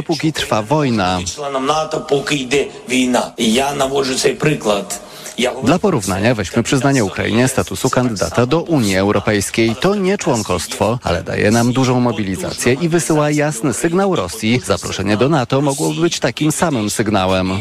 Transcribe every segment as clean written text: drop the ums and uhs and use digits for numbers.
póki trwa wojna. Dla porównania weźmy przyznanie Ukrainie statusu kandydata do Unii Europejskiej. To nie członkostwo, ale daje nam dużą mobilizację i wysyła jasny sygnał Rosji. Zaproszenie do NATO mogłoby być takim samym sygnałem.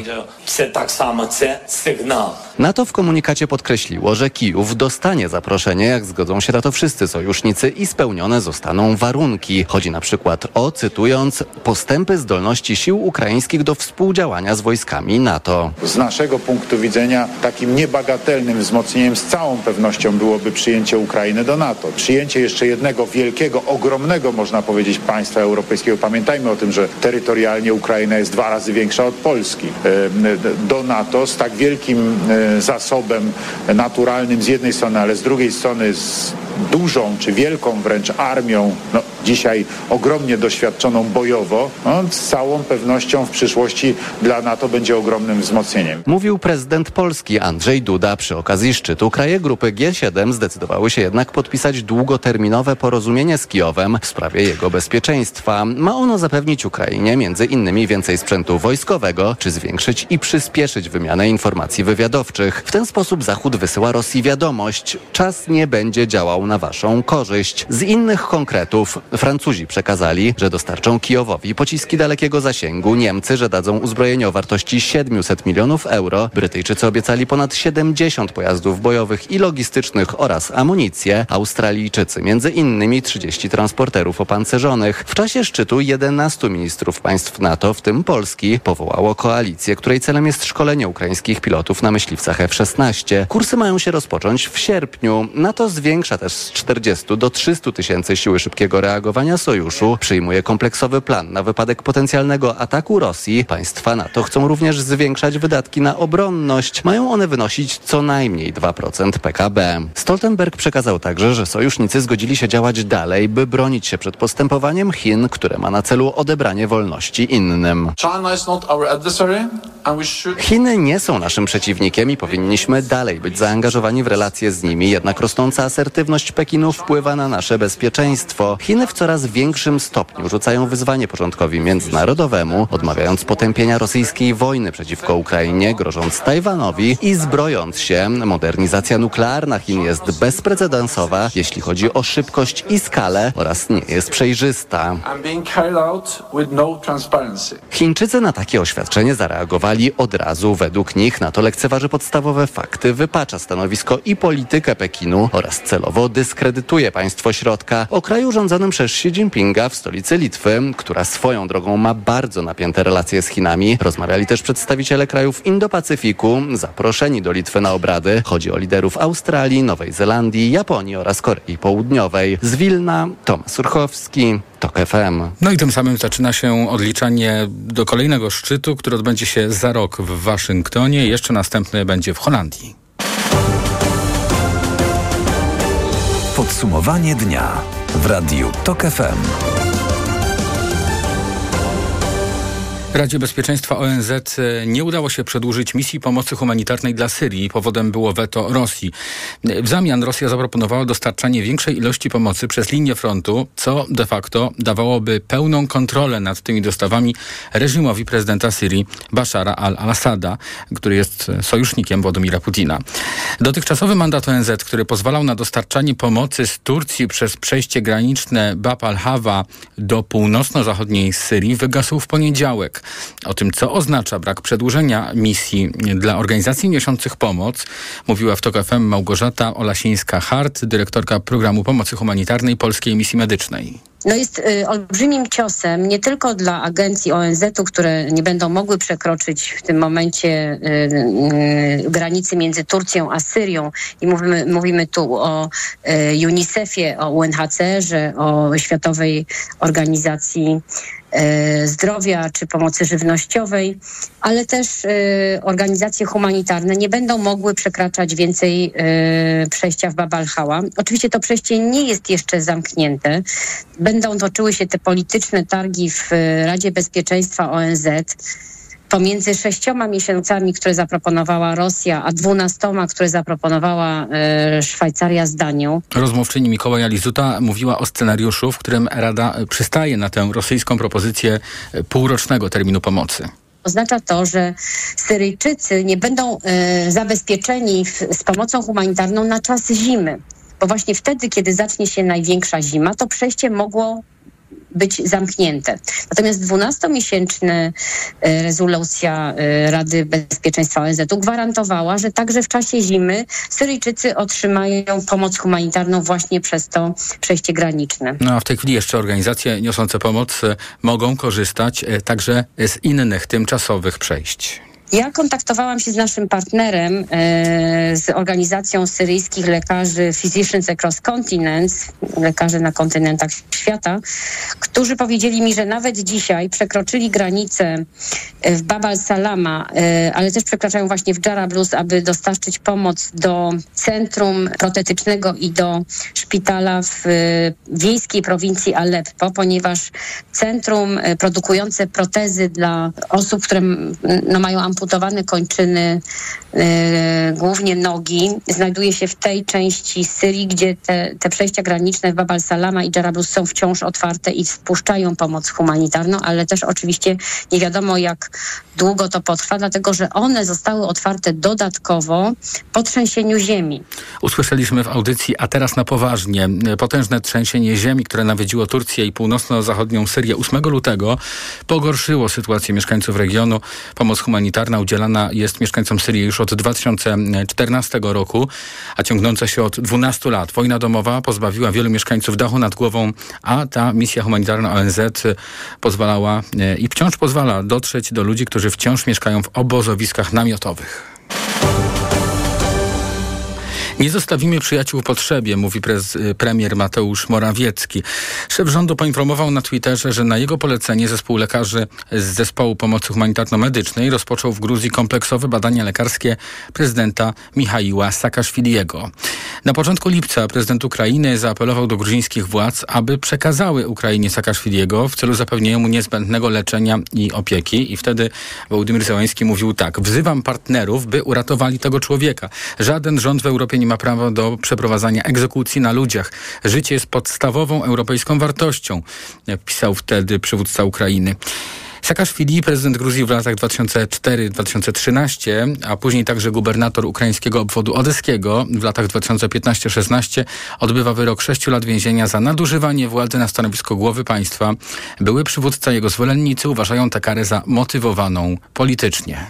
NATO w komunikacie podkreśliło, że Kijów dostanie zaproszenie, jak zgodzą się na to wszyscy sojusznicy i spełnione zostaną warunki. Chodzi na przykład o, cytując, postępy zdolności sił ukraińskich do współdziałania z wojskami NATO. Z naszego punktu widzenia takim niebagatelnym wzmocnieniem z całą pewnością byłoby przyjęcie Ukrainy do NATO. Przyjęcie jeszcze jednego wielkiego, ogromnego, można powiedzieć, państwa europejskiego. Pamiętajmy o tym, że terytorialnie Ukraina jest 2 razy większa od Polski. Do NATO z tak wielkim zasobem naturalnym z jednej strony, ale z drugiej strony z dużą czy wielką wręcz armią, dzisiaj ogromnie doświadczoną bojowo, z całą pewnością w przyszłości dla NATO będzie ogromnym wzmocnieniem. Mówił prezydent Polski Andrzej Duda. Przy okazji szczytu kraje grupy G7 zdecydowały się jednak podpisać długoterminowe porozumienie z Kijowem w sprawie jego bezpieczeństwa. Ma ono zapewnić Ukrainie między innymi więcej sprzętu wojskowego, czy zwiększyć i przyspieszyć wymianę informacji wywiadowczych. W ten sposób Zachód wysyła Rosji wiadomość: czas nie będzie działał na waszą korzyść. Z innych konkretów Francuzi przekazali, że dostarczą Kijowowi pociski dalekiego zasięgu, Niemcy, że dadzą uzbrojenie o wartości 700 milionów euro, Brytyjczycy obiecali ponad 70 pojazdów bojowych i logistycznych oraz amunicję, Australijczycy między innymi 30 transporterów opancerzonych. W czasie szczytu 11 ministrów państw NATO, w tym Polski, powołało koalicję, której celem jest szkolenie ukraińskich pilotów na myśliwcach F-16. Kursy mają się rozpocząć w sierpniu. NATO zwiększa też z 40 do 300 tysięcy siły szybkiego reagowania sojuszu. Przyjmuje kompleksowy plan na wypadek potencjalnego ataku Rosji. Państwa NATO chcą również zwiększać wydatki na obronność. Mają one wynosić co najmniej 2% PKB. Stoltenberg przekazał także, że sojusznicy zgodzili się działać dalej, by bronić się przed postępowaniem Chin, które ma na celu odebranie wolności innym. Chiny nie są naszym przeciwnikiem i powinniśmy dalej być zaangażowani w relacje z nimi, jednak rosnąca asertywność Pekinu wpływa na nasze bezpieczeństwo. Chiny w coraz większym stopniu rzucają wyzwanie porządkowi międzynarodowemu, odmawiając potępienia rosyjskiej wojny przeciwko Ukrainie, grożąc Tajwanowi i zbrojąc się. Modernizacja nuklearna Chin jest bezprecedensowa, jeśli chodzi o szybkość i skalę, oraz nie jest przejrzysta. Chińczycy na takie oświadczenie zareagowali od razu. Według nich NATO lekceważy podstawowe fakty, wypacza stanowisko i politykę Pekinu oraz celowo dyskredytuje państwo środka. O kraju rządzonym przez Xi Jinpinga w stolicy Litwy, która swoją drogą ma bardzo napięte relacje z Chinami, rozmawiali też przedstawiciele krajów Indo-Pacyfiku, zaproszeni do Litwy na obrady. Chodzi o liderów Australii, Nowej Zelandii, Japonii oraz Korei Południowej. Z Wilna, Tomasz Urchowski, TOK FM. No i tym samym zaczyna się odliczanie do kolejnego szczytu, który odbędzie się za rok w Waszyngtonie. Jeszcze następny będzie w Holandii. Podsumowanie dnia w Radiu TOK FM. Radzie Bezpieczeństwa ONZ nie udało się przedłużyć misji pomocy humanitarnej dla Syrii. Powodem było weto Rosji. W zamian Rosja zaproponowała dostarczanie większej ilości pomocy przez linię frontu, co de facto dawałoby pełną kontrolę nad tymi dostawami reżimowi prezydenta Syrii Bashara al-Assada, który jest sojusznikiem Władimira Putina. Dotychczasowy mandat ONZ, który pozwalał na dostarczanie pomocy z Turcji przez przejście graniczne Bab al-Hawa do północno-zachodniej Syrii, wygasł w poniedziałek. O tym, co oznacza brak przedłużenia misji dla organizacji niosących pomoc, mówiła w TOK FM Małgorzata Olasińska-Hart, dyrektorka programu pomocy humanitarnej Polskiej Misji Medycznej. Jest olbrzymim ciosem nie tylko dla agencji ONZ-u, które nie będą mogły przekroczyć w tym momencie granicy między Turcją a Syrią. I mówimy tu o UNICEF-ie, o UNHCR-ze, o Światowej Organizacji Zdrowia czy pomocy żywnościowej, ale też organizacje humanitarne nie będą mogły przekraczać więcej przejścia w Bab al-Hawa. Oczywiście to przejście nie jest jeszcze zamknięte. Będą toczyły się te polityczne targi w Radzie Bezpieczeństwa ONZ. pomiędzy 6 miesiącami, które zaproponowała Rosja, a 12, które zaproponowała Szwajcaria z Danią. Rozmówczyni Mikołaja Lizuta mówiła o scenariuszu, w którym Rada przystaje na tę rosyjską propozycję półrocznego terminu pomocy. Oznacza to, że Syryjczycy nie będą zabezpieczeni z pomocą humanitarną na czas zimy. Bo właśnie wtedy, kiedy zacznie się największa zima, to przejście mogło być zamknięte. Natomiast 12-miesięczna rezolucja Rady Bezpieczeństwa ONZ-u gwarantowała, że także w czasie zimy Syryjczycy otrzymają pomoc humanitarną właśnie przez to przejście graniczne. No a w tej chwili jeszcze organizacje niosące pomoc mogą korzystać także z innych tymczasowych przejść. Ja kontaktowałam się z naszym partnerem, z organizacją syryjskich lekarzy Physicians Across Continents, lekarzy na kontynentach świata, którzy powiedzieli mi, że nawet dzisiaj przekroczyli granicę w Bab al-Salama, ale też przekraczają właśnie w Jarablus, aby dostarczyć pomoc do centrum protetycznego i do szpitala w wiejskiej prowincji Aleppo, ponieważ centrum produkujące protezy dla osób, które mają amputowane kończyny, głównie nogi, znajduje się w tej części Syrii, gdzie te przejścia graniczne w Bab al-Salama i Jarablus są wciąż otwarte i wpuszczają pomoc humanitarną, ale też oczywiście nie wiadomo, jak długo to potrwa, dlatego że one zostały otwarte dodatkowo po trzęsieniu ziemi. Usłyszeliśmy w audycji, a teraz na poważnie, potężne trzęsienie ziemi, które nawiedziło Turcję i północno-zachodnią Syrię 8 lutego, pogorszyło sytuację mieszkańców regionu. Pomoc humanitarna udzielana jest mieszkańcom Syrii już od 2014 roku, a ciągnąca się od 12 lat. Wojna domowa pozbawiła wielu mieszkańców dachu nad głową, a ta misja humanitarna ONZ pozwalała i wciąż pozwala dotrzeć do ludzi, którzy wciąż mieszkają w obozowiskach namiotowych. Nie zostawimy przyjaciół w potrzebie, mówi premier Mateusz Morawiecki. Szef rządu poinformował na Twitterze, że na jego polecenie zespół lekarzy z Zespołu Pomocy Humanitarno-Medycznej rozpoczął w Gruzji kompleksowe badania lekarskie prezydenta Michaiła Saakaszwiliego. Na początku lipca prezydent Ukrainy zaapelował do gruzińskich władz, aby przekazały Ukrainie Saakaszwiliego w celu zapewnienia mu niezbędnego leczenia i opieki. I wtedy Wołodymyr Zełański mówił tak: wzywam partnerów, by uratowali tego człowieka. Żaden rząd w Europie nie ma prawa do przeprowadzania egzekucji na ludziach. Życie jest podstawową europejską wartością, pisał wtedy przywódca Ukrainy. Saakaszwili, prezydent Gruzji w latach 2004-2013, a później także gubernator ukraińskiego obwodu odeskiego w latach 2015-16, odbywa wyrok 6 lat więzienia za nadużywanie władzy na stanowisko głowy państwa. Były przywódca i jego zwolennicy uważają tę karę za motywowaną politycznie.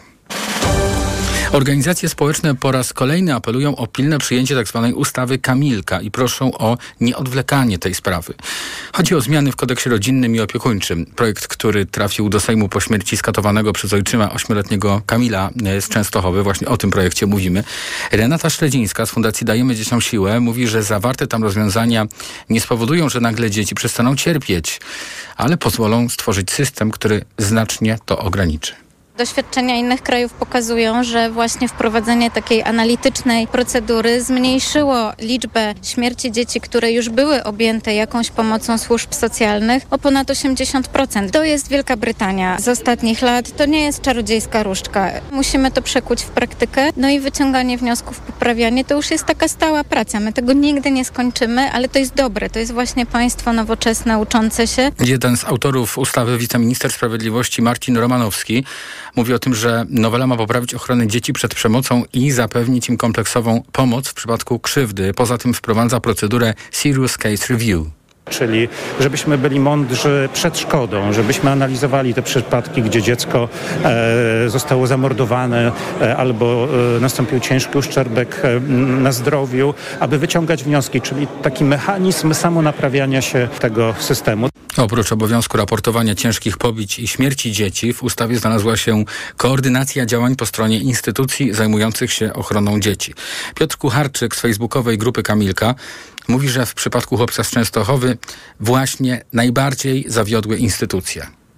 Organizacje społeczne po raz kolejny apelują o pilne przyjęcie tzw. ustawy Kamilka i proszą o nieodwlekanie tej sprawy. Chodzi o zmiany w kodeksie rodzinnym i opiekuńczym. Projekt, który trafił do Sejmu po śmierci skatowanego przez ojczyma 8-letniego Kamila z Częstochowy. Właśnie o tym projekcie mówimy. Renata Szledzińska z Fundacji Dajemy Dzieciom Siłę mówi, że zawarte tam rozwiązania nie spowodują, że nagle dzieci przestaną cierpieć, ale pozwolą stworzyć system, który znacznie to ograniczy. Doświadczenia innych krajów pokazują, że właśnie wprowadzenie takiej analitycznej procedury zmniejszyło liczbę śmierci dzieci, które już były objęte jakąś pomocą służb socjalnych o ponad 80%. To jest Wielka Brytania z ostatnich lat. To nie jest czarodziejska różdżka. Musimy to przekuć w praktykę. No i wyciąganie wniosków, poprawianie to już jest taka stała praca. My tego nigdy nie skończymy, ale to jest dobre. To jest właśnie państwo nowoczesne, uczące się. Jeden z autorów ustawy, wiceminister sprawiedliwości Marcin Romanowski, mówi o tym, że nowela ma poprawić ochronę dzieci przed przemocą i zapewnić im kompleksową pomoc w przypadku krzywdy. Poza tym wprowadza procedurę Serious Case Review. Czyli żebyśmy byli mądrzy przed szkodą, żebyśmy analizowali te przypadki, gdzie dziecko zostało zamordowane albo nastąpił ciężki uszczerbek na zdrowiu, aby wyciągać wnioski, czyli taki mechanizm samonaprawiania się tego systemu. Oprócz obowiązku raportowania ciężkich pobić i śmierci dzieci, w ustawie znalazła się koordynacja działań po stronie instytucji zajmujących się ochroną dzieci. Piotr Kucharczyk z facebookowej grupy Kamilka mówi, że w przypadku chłopca z Częstochowy właśnie najbardziej zawiodły instytucje.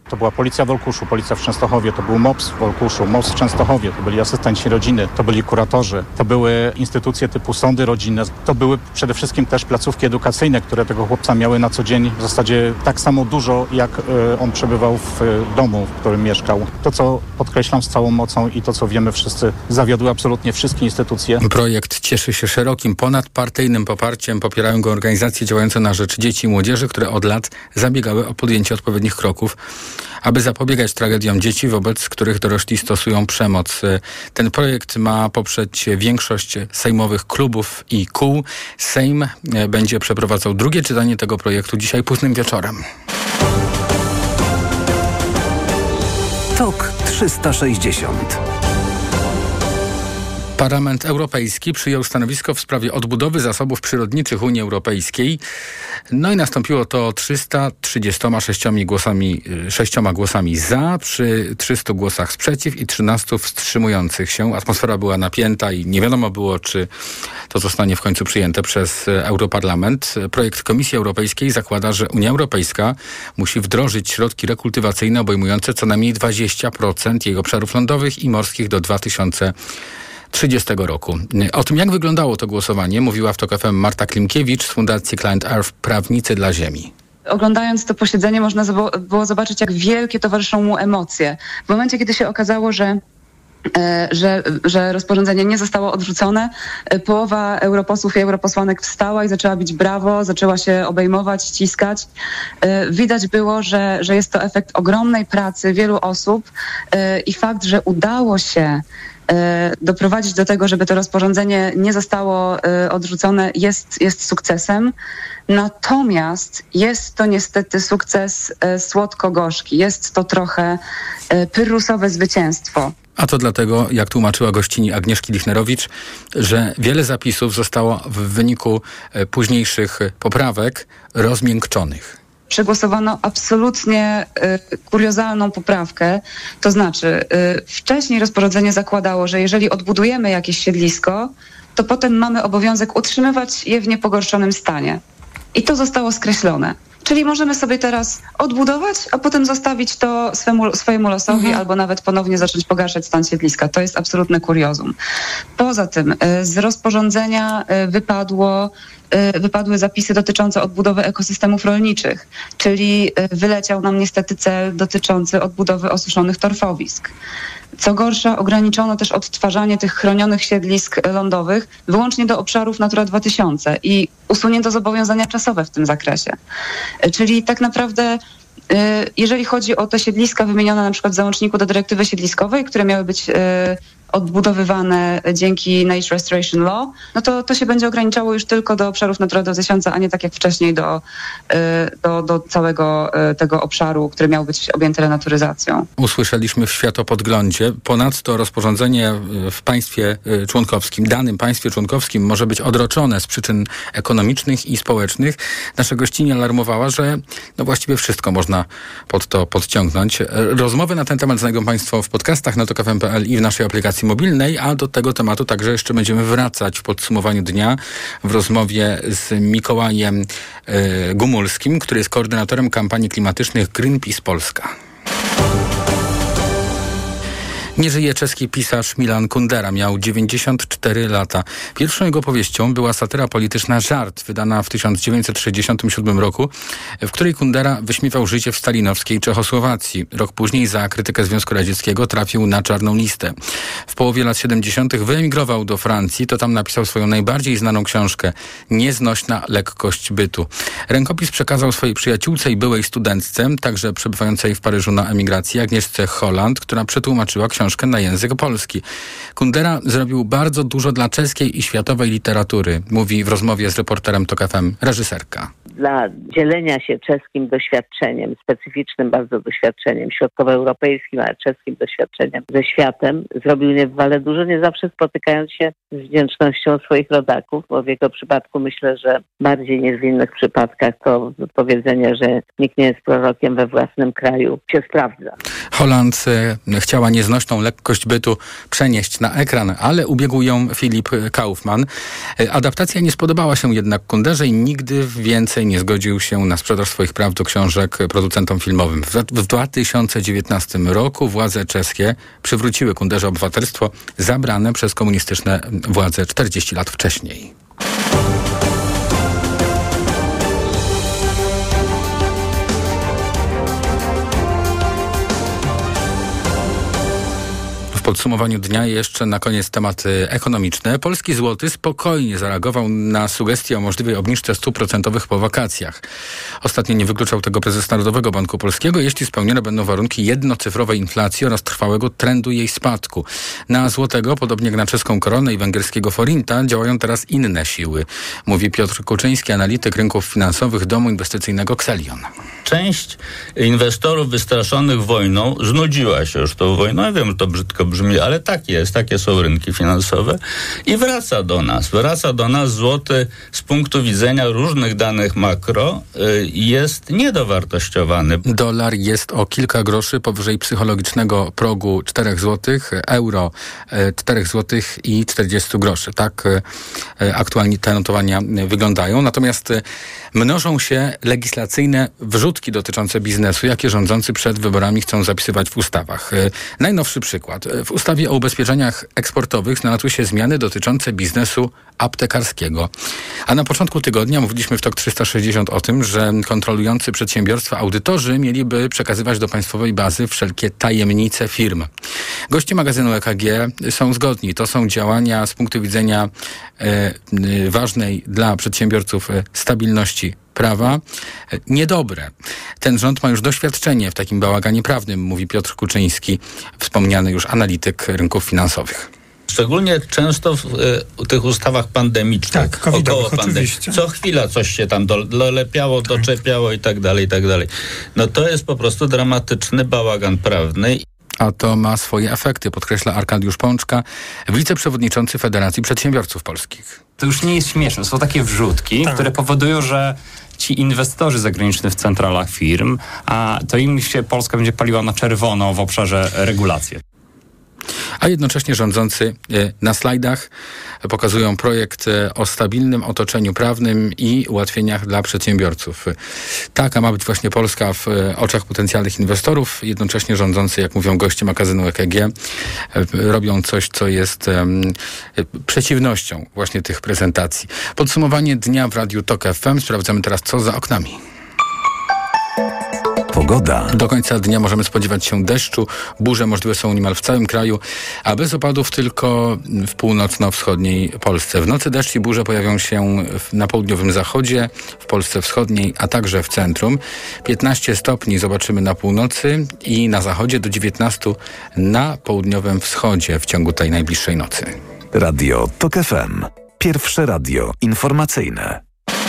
to była policja w Olkuszu, policja w Częstochowie, to był MOPS w Olkuszu, MOPS w Częstochowie, to byli asystenci rodziny, to byli kuratorzy, to były instytucje typu sądy rodzinne, to były przede wszystkim też placówki edukacyjne, które tego chłopca miały na co dzień w zasadzie tak samo dużo, jak on przebywał w domu, w którym mieszkał. To, co podkreślam z całą mocą i to, co wiemy wszyscy, zawiodły absolutnie wszystkie instytucje. Projekt cieszy się szerokim, ponadpartyjnym poparciem. Popierają go organizacje działające na rzecz dzieci i młodzieży, które od lat zabiegały o podjęcie odpowiednich kroków, aby zapobiegać tragediom dzieci, wobec których dorośli stosują przemoc. Ten projekt ma poprzeć większość sejmowych klubów i kół. Sejm będzie przeprowadzał drugie czytanie tego projektu dzisiaj późnym wieczorem. TOK 360. Parlament Europejski przyjął stanowisko w sprawie odbudowy zasobów przyrodniczych Unii Europejskiej. No i nastąpiło to 336 głosami za, przy 300 głosach sprzeciw i 13 wstrzymujących się. Atmosfera była napięta i nie wiadomo było, czy to zostanie w końcu przyjęte przez Europarlament. Projekt Komisji Europejskiej zakłada, że Unia Europejska musi wdrożyć środki rekultywacyjne obejmujące co najmniej 20% jej obszarów lądowych i morskich do 2030 roku. O tym, jak wyglądało to głosowanie, mówiła w TOK FM Marta Klimkiewicz z Fundacji Client Earth Prawnicy dla Ziemi. Oglądając to posiedzenie można było zobaczyć, jak wielkie towarzyszą mu emocje. W momencie, kiedy się okazało, że rozporządzenie nie zostało odrzucone, połowa europosłów i europosłanek wstała i zaczęła bić brawo, zaczęła się obejmować, ściskać. Widać było, że jest to efekt ogromnej pracy wielu osób i fakt, że udało się doprowadzić do tego, żeby to rozporządzenie nie zostało odrzucone, jest sukcesem. Natomiast jest to niestety sukces słodko-gorzki. Jest to trochę pyrrusowe zwycięstwo. A to dlatego, jak tłumaczyła gościni Agnieszki Lichnerowicz, że wiele zapisów zostało w wyniku późniejszych poprawek rozmiękczonych. Przegłosowano absolutnie kuriozalną poprawkę. To znaczy, wcześniej rozporządzenie zakładało, że jeżeli odbudujemy jakieś siedlisko, to potem mamy obowiązek utrzymywać je w niepogorszonym stanie. I to zostało skreślone. Czyli możemy sobie teraz odbudować, a potem zostawić to swojemu losowi albo nawet ponownie zacząć pogarszać stan siedliska. To jest absolutne kuriozum. Poza tym z rozporządzenia wypadły zapisy dotyczące odbudowy ekosystemów rolniczych, czyli wyleciał nam niestety cel dotyczący odbudowy osuszonych torfowisk. Co gorsza, ograniczono też odtwarzanie tych chronionych siedlisk lądowych wyłącznie do obszarów Natura 2000 i usunięto zobowiązania czasowe w tym zakresie. Czyli tak naprawdę, jeżeli chodzi o te siedliska wymienione na przykład w załączniku do dyrektywy siedliskowej, które miały być odbudowywane dzięki Nature Restoration Law, no to się będzie ograniczało już tylko do obszarów Natura 2000, a nie tak jak wcześniej do całego tego obszaru, który miał być objęty renaturyzacją. Usłyszeliśmy w światopodglądzie. Ponadto rozporządzenie w państwie członkowskim, danym państwie członkowskim może być odroczone z przyczyn ekonomicznych i społecznych. Nasza gościni alarmowała, że właściwie wszystko można pod to podciągnąć. Rozmowy na ten temat znajdą Państwo w podcastach na tok.fm.pl i w naszej aplikacji mobilnej, a do tego tematu także jeszcze będziemy wracać w podsumowaniu dnia w rozmowie z Mikołajem Gumulskim, który jest koordynatorem kampanii klimatycznych Greenpeace Polska. Nie żyje czeski pisarz Milan Kundera. Miał 94 lata. Pierwszą jego powieścią była satyra polityczna Żart, wydana w 1967 roku, w której Kundera wyśmiewał życie w stalinowskiej Czechosłowacji. Rok później za krytykę Związku Radzieckiego trafił na czarną listę. W połowie lat 70. wyemigrował do Francji. To tam napisał swoją najbardziej znaną książkę Nieznośna lekkość bytu. Rękopis przekazał swojej przyjaciółce i byłej studentce, także przebywającej w Paryżu na emigracji, Agnieszce Holland, która przetłumaczyła książkę na język polski. Kundera zrobił bardzo dużo dla czeskiej i światowej literatury, mówi w rozmowie z reporterem TOK FM reżyserka. Dla dzielenia się czeskim doświadczeniem, specyficznym bardzo doświadczeniem, środkowoeuropejskim, ale czeskim doświadczeniem ze światem, zrobił niebywale dużo, nie zawsze spotykając się z wdzięcznością swoich rodaków, bo w jego przypadku myślę, że bardziej niż w innych przypadkach to powiedzenie, że nikt nie jest prorokiem we własnym kraju, się sprawdza. Holland chciała nieznośną lekkość bytu przenieść na ekran, ale ubiegł ją Filip Kaufman. Adaptacja nie spodobała się jednak Kunderze i nigdy więcej nie zgodził się na sprzedaż swoich praw do książek producentom filmowym. W 2019 roku władze czeskie przywróciły Kunderze obywatelstwo zabrane przez komunistyczne władze 40 lat wcześniej. W podsumowaniu dnia jeszcze na koniec tematy ekonomiczne. Polski złoty spokojnie zareagował na sugestie o możliwej obniżce stóp procentowych po wakacjach. Ostatnio nie wykluczał tego prezes Narodowego Banku Polskiego, jeśli spełnione będą warunki jednocyfrowej inflacji oraz trwałego trendu jej spadku. Na złotego, podobnie jak na czeską koronę i węgierskiego forinta, działają teraz inne siły, mówi Piotr Kuczyński, analityk rynków finansowych domu inwestycyjnego Xelion. Część inwestorów wystraszonych wojną znudziła się już tą wojną. Ja wiem, że to brzydko brzmi, ale tak jest. Takie są rynki finansowe. I wraca do nas. Wraca do nas złoty z punktu widzenia różnych danych makro jest niedowartościowany. Dolar jest o kilka groszy powyżej psychologicznego progu 4 zł, euro 4 zł i 40 groszy. Tak aktualnie te notowania wyglądają. Natomiast mnożą się legislacyjne wrzutki dotyczące biznesu, jakie rządzący przed wyborami chcą zapisywać w ustawach. Najnowszy przykład. W ustawie o ubezpieczeniach eksportowych znalazły się zmiany dotyczące biznesu aptekarskiego. A na początku tygodnia mówiliśmy w TOK 360 o tym, że kontrolujący przedsiębiorstwa audytorzy mieliby przekazywać do państwowej bazy wszelkie tajemnice firm. Goście magazynu EKG są zgodni. To są działania z punktu widzenia ważnej dla przedsiębiorców stabilności prawa niedobre. Ten rząd ma już doświadczenie w takim bałaganie prawnym, mówi Piotr Kuczyński, wspomniany już analityk rynków finansowych. Szczególnie często w tych ustawach pandemicznych, około pandemii. Co chwila coś się tam dolepiało, doczepiało i tak dalej, i tak dalej. No to jest po prostu dramatyczny bałagan prawny. A to ma swoje efekty, podkreśla Arkadiusz Pączka, wiceprzewodniczący Federacji Przedsiębiorców Polskich. To już nie jest śmieszne. Są takie wrzutki, które powodują, że ci inwestorzy zagraniczni w centralach firm, a to im się Polska będzie paliła na czerwono w obszarze regulacji. A jednocześnie rządzący na slajdach pokazują projekt o stabilnym otoczeniu prawnym i ułatwieniach dla przedsiębiorców. Taka ma być właśnie Polska w oczach potencjalnych inwestorów. Jednocześnie rządzący, jak mówią goście magazynu EKG, robią coś, co jest przeciwnością właśnie tych prezentacji. Podsumowanie dnia w Radiu TOK FM. Sprawdzamy teraz, co za oknami. Pogoda. Do końca dnia możemy spodziewać się deszczu. Burze możliwe są niemal w całym kraju, a bez opadów tylko w północno-wschodniej Polsce. W nocy deszcz i burze pojawią się na południowym zachodzie, w Polsce wschodniej, a także w centrum. 15 stopni zobaczymy na północy i na zachodzie, do 19 na południowym wschodzie w ciągu tej najbliższej nocy. Radio TOK FM. Pierwsze radio informacyjne.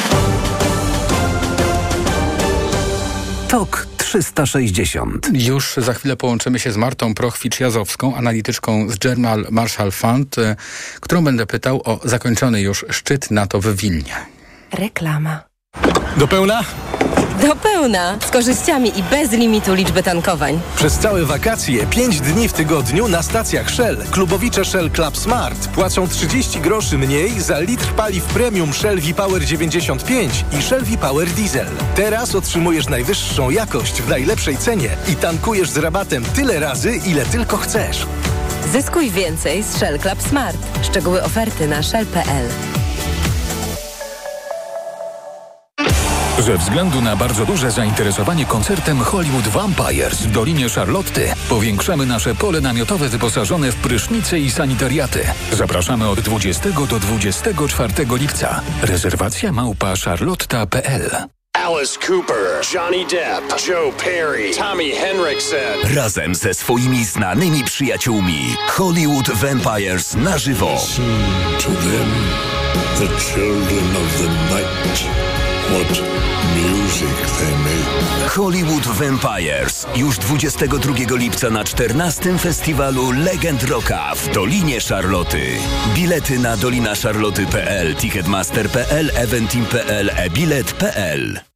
TOK 360. Już za chwilę połączymy się z Martą Prochwicz-Jazowską, analityczką z German Marshall Fund, którą będę pytał o zakończony już szczyt NATO w Wilnie. Reklama. Do pełna? Do pełna! Z korzyściami i bez limitu liczby tankowań. Przez całe wakacje, 5 dni w tygodniu na stacjach Shell. Klubowicze Shell Club Smart płacą 30 groszy mniej za litr paliw premium Shell V-Power 95 i Shell V-Power Diesel. Teraz otrzymujesz najwyższą jakość w najlepszej cenie i tankujesz z rabatem tyle razy, ile tylko chcesz. Zyskuj więcej z Shell Club Smart. Szczegóły oferty na shell.pl. Ze względu na bardzo duże zainteresowanie koncertem Hollywood Vampires w Dolinie Charlotty powiększamy nasze pole namiotowe wyposażone w prysznice i sanitariaty. Zapraszamy od 20 do 24 lipca. Rezerwacja @charlotta.pl. Alice Cooper, Johnny Depp, Joe Perry, Tommy Henriksen. Razem ze swoimi znanymi przyjaciółmi Hollywood Vampires na żywo. Listen to them, the children of the night. What music they make. Hollywood Vampires. Już 22 lipca na 14. festiwalu Legend Rocka w Dolinie Charlotty. Bilety na dolinacharloty.pl, ticketmaster.pl, eventim.pl, ebilet.pl.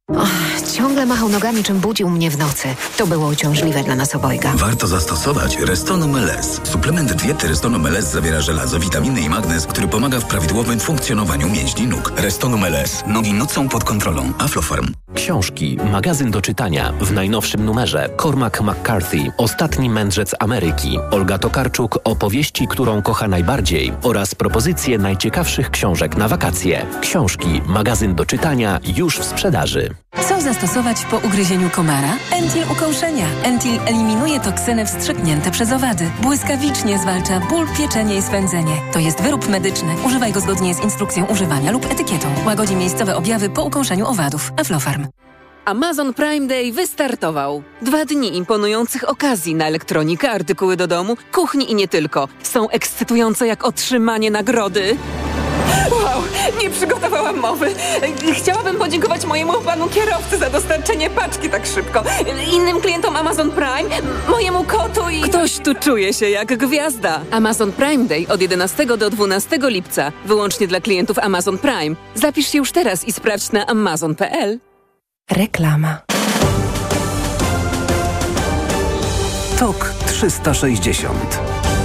Ciągle machał nogami, czym budził mnie w nocy. To było uciążliwe dla nas obojga. Warto zastosować Restonum LS. Suplement diety Restonum LS zawiera żelazo, witaminy i magnez, który pomaga w prawidłowym funkcjonowaniu mięśni nóg. Restonum LS. Nogi nocą pod kontrolą. Aflofarm. Książki, magazyn do czytania. W najnowszym numerze Cormac McCarthy, Ostatni mędrzec Ameryki. Olga Tokarczuk, opowieści, którą kocha najbardziej oraz propozycje najciekawszych książek na wakacje. Książki, magazyn do czytania już w sprzedaży. Co zastosować po ugryzieniu komara? Entil ukąszenia. Entil eliminuje toksyny wstrzyknięte przez owady. Błyskawicznie zwalcza ból, pieczenie i swędzenie. To jest wyrób medyczny. Używaj go zgodnie z instrukcją używania lub etykietą. Łagodzi miejscowe objawy po ukąszeniu owadów. Aflofarm. Amazon Prime Day wystartował. 2 dni imponujących okazji na elektronikę, artykuły do domu, kuchni i nie tylko. Są ekscytujące jak otrzymanie nagrody. Wow, nie przygotowałam mowy. Chciałabym podziękować mojemu panu kierowcy za dostarczenie paczki tak szybko. Innym klientom Amazon Prime, mojemu kotu i... Ktoś tu czuje się jak gwiazda. Amazon Prime Day od 11 do 12 lipca. Wyłącznie dla klientów Amazon Prime. Zapisz się już teraz i sprawdź na amazon.pl. Reklama. TOK 360.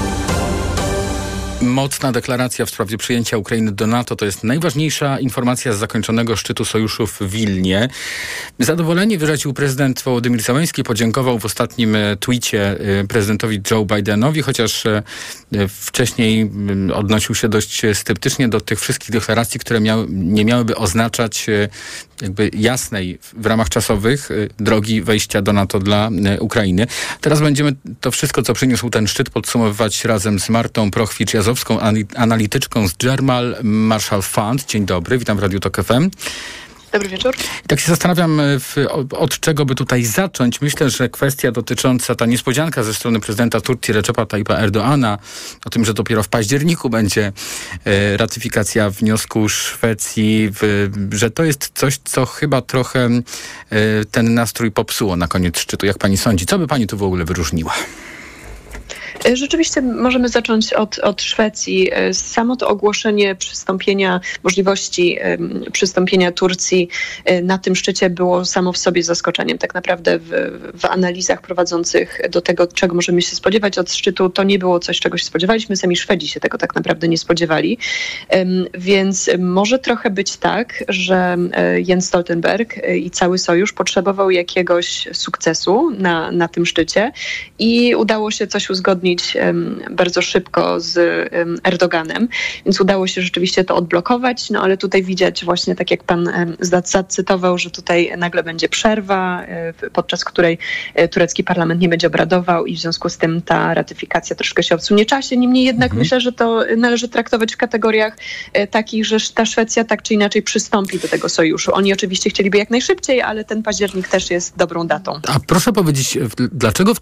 Mocna deklaracja w sprawie przyjęcia Ukrainy do NATO to jest najważniejsza informacja z zakończonego szczytu sojuszu w Wilnie. Zadowolenie wyraził prezydent Wołodymyr Zełenski, podziękował w ostatnim tweecie prezydentowi Joe Bidenowi, chociaż wcześniej odnosił się dość sceptycznie do tych wszystkich deklaracji, które nie miałyby oznaczać jakby jasnej w ramach czasowych drogi wejścia do NATO dla Ukrainy. Teraz będziemy to wszystko, co przyniósł ten szczyt, podsumowywać razem z Martą Prochwicz-Jazowską, analityczką z German Marshall Fund. Dzień dobry, witam w Radiu TOK FM. Dobry wieczór. I tak się zastanawiam, od czego by tutaj zacząć. Myślę, że kwestia dotycząca, ta niespodzianka ze strony prezydenta Turcji Recepa Tayyipa Erdoğana, o tym, że dopiero w październiku będzie ratyfikacja wniosku Szwecji, że to jest coś, co chyba trochę ten nastrój popsuło na koniec szczytu. Jak pani sądzi? Co by pani tu w ogóle wyróżniła? Rzeczywiście możemy zacząć od Szwecji. Samo to ogłoszenie możliwości przystąpienia Turcji na tym szczycie było samo w sobie zaskoczeniem. Tak naprawdę w analizach prowadzących do tego, czego możemy się spodziewać od szczytu, to nie było coś, czego się spodziewaliśmy. Sami Szwedzi się tego tak naprawdę nie spodziewali. Więc może trochę być tak, że Jens Stoltenberg i cały sojusz potrzebował jakiegoś sukcesu na tym szczycie i udało się coś uzgodnić bardzo szybko z Erdoganem, więc udało się rzeczywiście to odblokować, no ale tutaj widać właśnie, tak jak pan zacytował, że tutaj nagle będzie przerwa, podczas której turecki parlament nie będzie obradował i w związku z tym ta ratyfikacja troszkę się odsunie czasie. Niemniej jednak myślę, że to należy traktować w kategoriach takich, że ta Szwecja tak czy inaczej przystąpi do tego sojuszu. Oni oczywiście chcieliby jak najszybciej, ale ten październik też jest dobrą datą. A proszę powiedzieć, dlaczego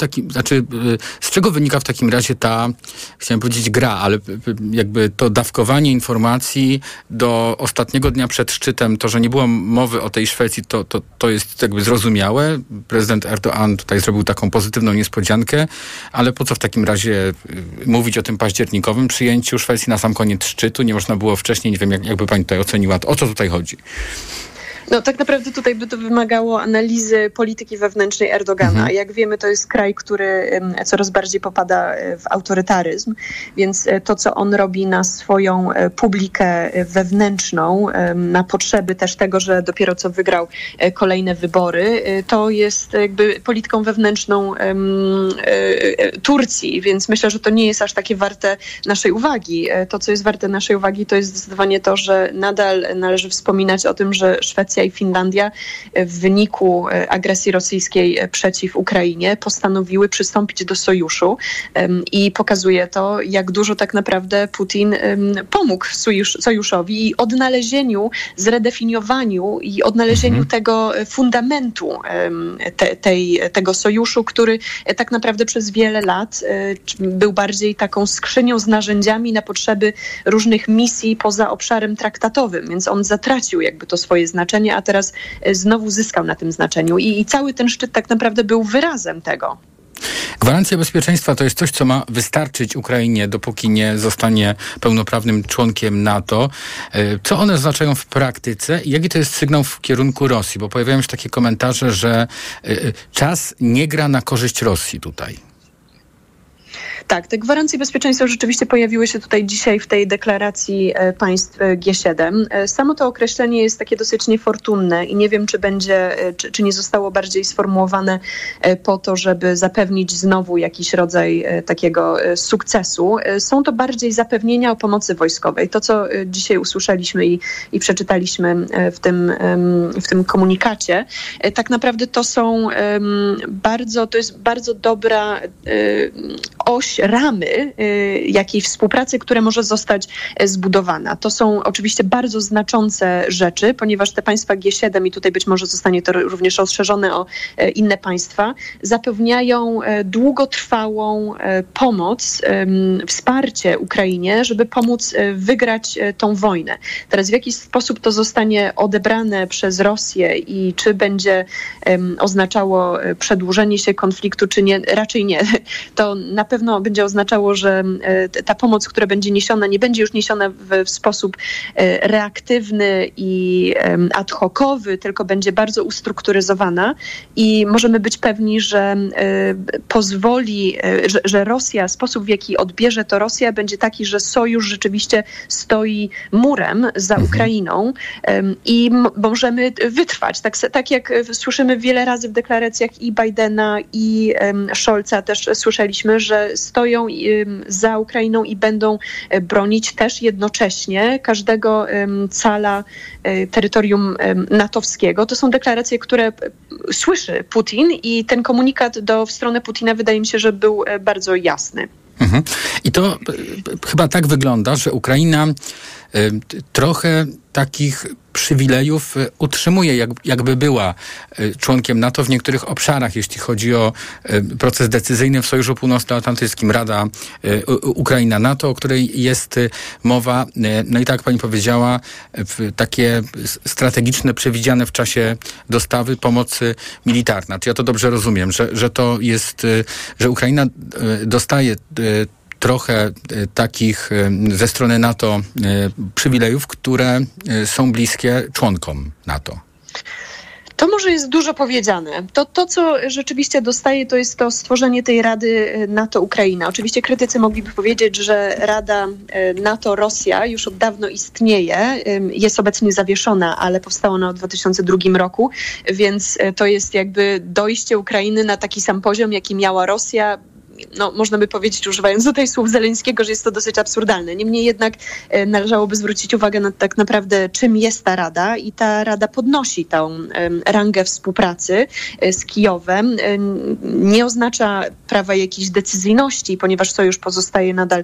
z czego wynika w takim razie chciałem powiedzieć gra, ale jakby to dawkowanie informacji do ostatniego dnia przed szczytem, to, że nie było mowy o tej Szwecji, to jest jakby zrozumiałe. Prezydent Erdoğan tutaj zrobił taką pozytywną niespodziankę, ale po co w takim razie mówić o tym październikowym przyjęciu Szwecji na sam koniec szczytu? Nie można było wcześniej, nie wiem, jakby pani tutaj oceniła, o co tutaj chodzi? No tak naprawdę tutaj by to wymagało analizy polityki wewnętrznej Erdogana. Jak wiemy, to jest kraj, który coraz bardziej popada w autorytaryzm, więc to, co on robi na swoją publikę wewnętrzną, na potrzeby też tego, że dopiero co wygrał kolejne wybory, to jest jakby polityką wewnętrzną Turcji, więc myślę, że to nie jest aż takie warte naszej uwagi. To, co jest warte naszej uwagi, to jest zdecydowanie to, że nadal należy wspominać o tym, że Szwecja i Finlandia w wyniku agresji rosyjskiej przeciw Ukrainie postanowiły przystąpić do sojuszu i pokazuje to, jak dużo tak naprawdę Putin pomógł sojuszowi i odnalezieniu, zredefiniowaniu i odnalezieniu tego fundamentu tego sojuszu, który tak naprawdę przez wiele lat był bardziej taką skrzynią z narzędziami na potrzeby różnych misji poza obszarem traktatowym, więc on zatracił jakby to swoje znaczenie, a teraz znowu zyskał na tym znaczeniu i cały ten szczyt tak naprawdę był wyrazem tego. Gwarancja bezpieczeństwa to jest coś, co ma wystarczyć Ukrainie, dopóki nie zostanie pełnoprawnym członkiem NATO. Co one oznaczają w praktyce i jaki to jest sygnał w kierunku Rosji? Bo pojawiają się takie komentarze, że czas nie gra na korzyść Rosji tutaj. Tak, te gwarancje bezpieczeństwa rzeczywiście pojawiły się tutaj dzisiaj w tej deklaracji państw G7. Samo to określenie jest takie dosyć niefortunne i nie wiem, czy nie zostało bardziej sformułowane po to, żeby zapewnić znowu jakiś rodzaj takiego sukcesu. Są to bardziej zapewnienia o pomocy wojskowej. To, co dzisiaj usłyszeliśmy i przeczytaliśmy w tym komunikacie, tak naprawdę to jest bardzo dobra oś, ramy jakiej współpracy, która może zostać zbudowana. To są oczywiście bardzo znaczące rzeczy, ponieważ te państwa G7, i tutaj być może zostanie to również rozszerzone o inne państwa, zapewniają długotrwałą pomoc, wsparcie Ukrainie, żeby pomóc wygrać tą wojnę. Teraz w jaki sposób to zostanie odebrane przez Rosję i czy będzie oznaczało przedłużenie się konfliktu, czy nie, raczej nie. To na pewno będzie oznaczało, że ta pomoc, która będzie niesiona, nie będzie już niesiona w sposób reaktywny i ad hocowy, tylko będzie bardzo ustrukturyzowana i możemy być pewni, że pozwoli, że Rosja, sposób w jaki odbierze to Rosja, będzie taki, że sojusz rzeczywiście stoi murem za Ukrainą i możemy wytrwać. Tak jak słyszymy wiele razy w deklaracjach i Bidena, i Scholza też słyszeliśmy, że stoją za Ukrainą i będą bronić też jednocześnie każdego cala terytorium natowskiego. To są deklaracje, które słyszy Putin i ten komunikat w stronę Putina wydaje mi się, że był bardzo jasny. I to chyba tak wygląda, że Ukraina trochę takich przywilejów utrzymuje, jakby była członkiem NATO w niektórych obszarach, jeśli chodzi o proces decyzyjny w Sojuszu Północnoatlantyckim. Rada Ukraina-NATO, o której jest mowa. No i tak pani powiedziała, takie strategiczne, przewidziane w czasie dostawy pomocy militarna. Czy ja to dobrze rozumiem, że to jest, że Ukraina dostaje trochę takich ze strony NATO przywilejów, które są bliskie członkom NATO? To może jest dużo powiedziane. To, co rzeczywiście dostaje, to jest to stworzenie tej Rady NATO-Ukraina. Oczywiście krytycy mogliby powiedzieć, że Rada NATO-Rosja już od dawno istnieje, jest obecnie zawieszona, ale powstała ona w 2002 roku, więc to jest jakby dojście Ukrainy na taki sam poziom, jaki miała Rosja. No, można by powiedzieć, używając tutaj słów Zeleńskiego, że jest to dosyć absurdalne. Niemniej jednak należałoby zwrócić uwagę na tak naprawdę, czym jest ta Rada i ta Rada podnosi tą rangę współpracy z Kijowem. Nie oznacza prawa jakiejś decyzyjności, ponieważ sojusz pozostaje nadal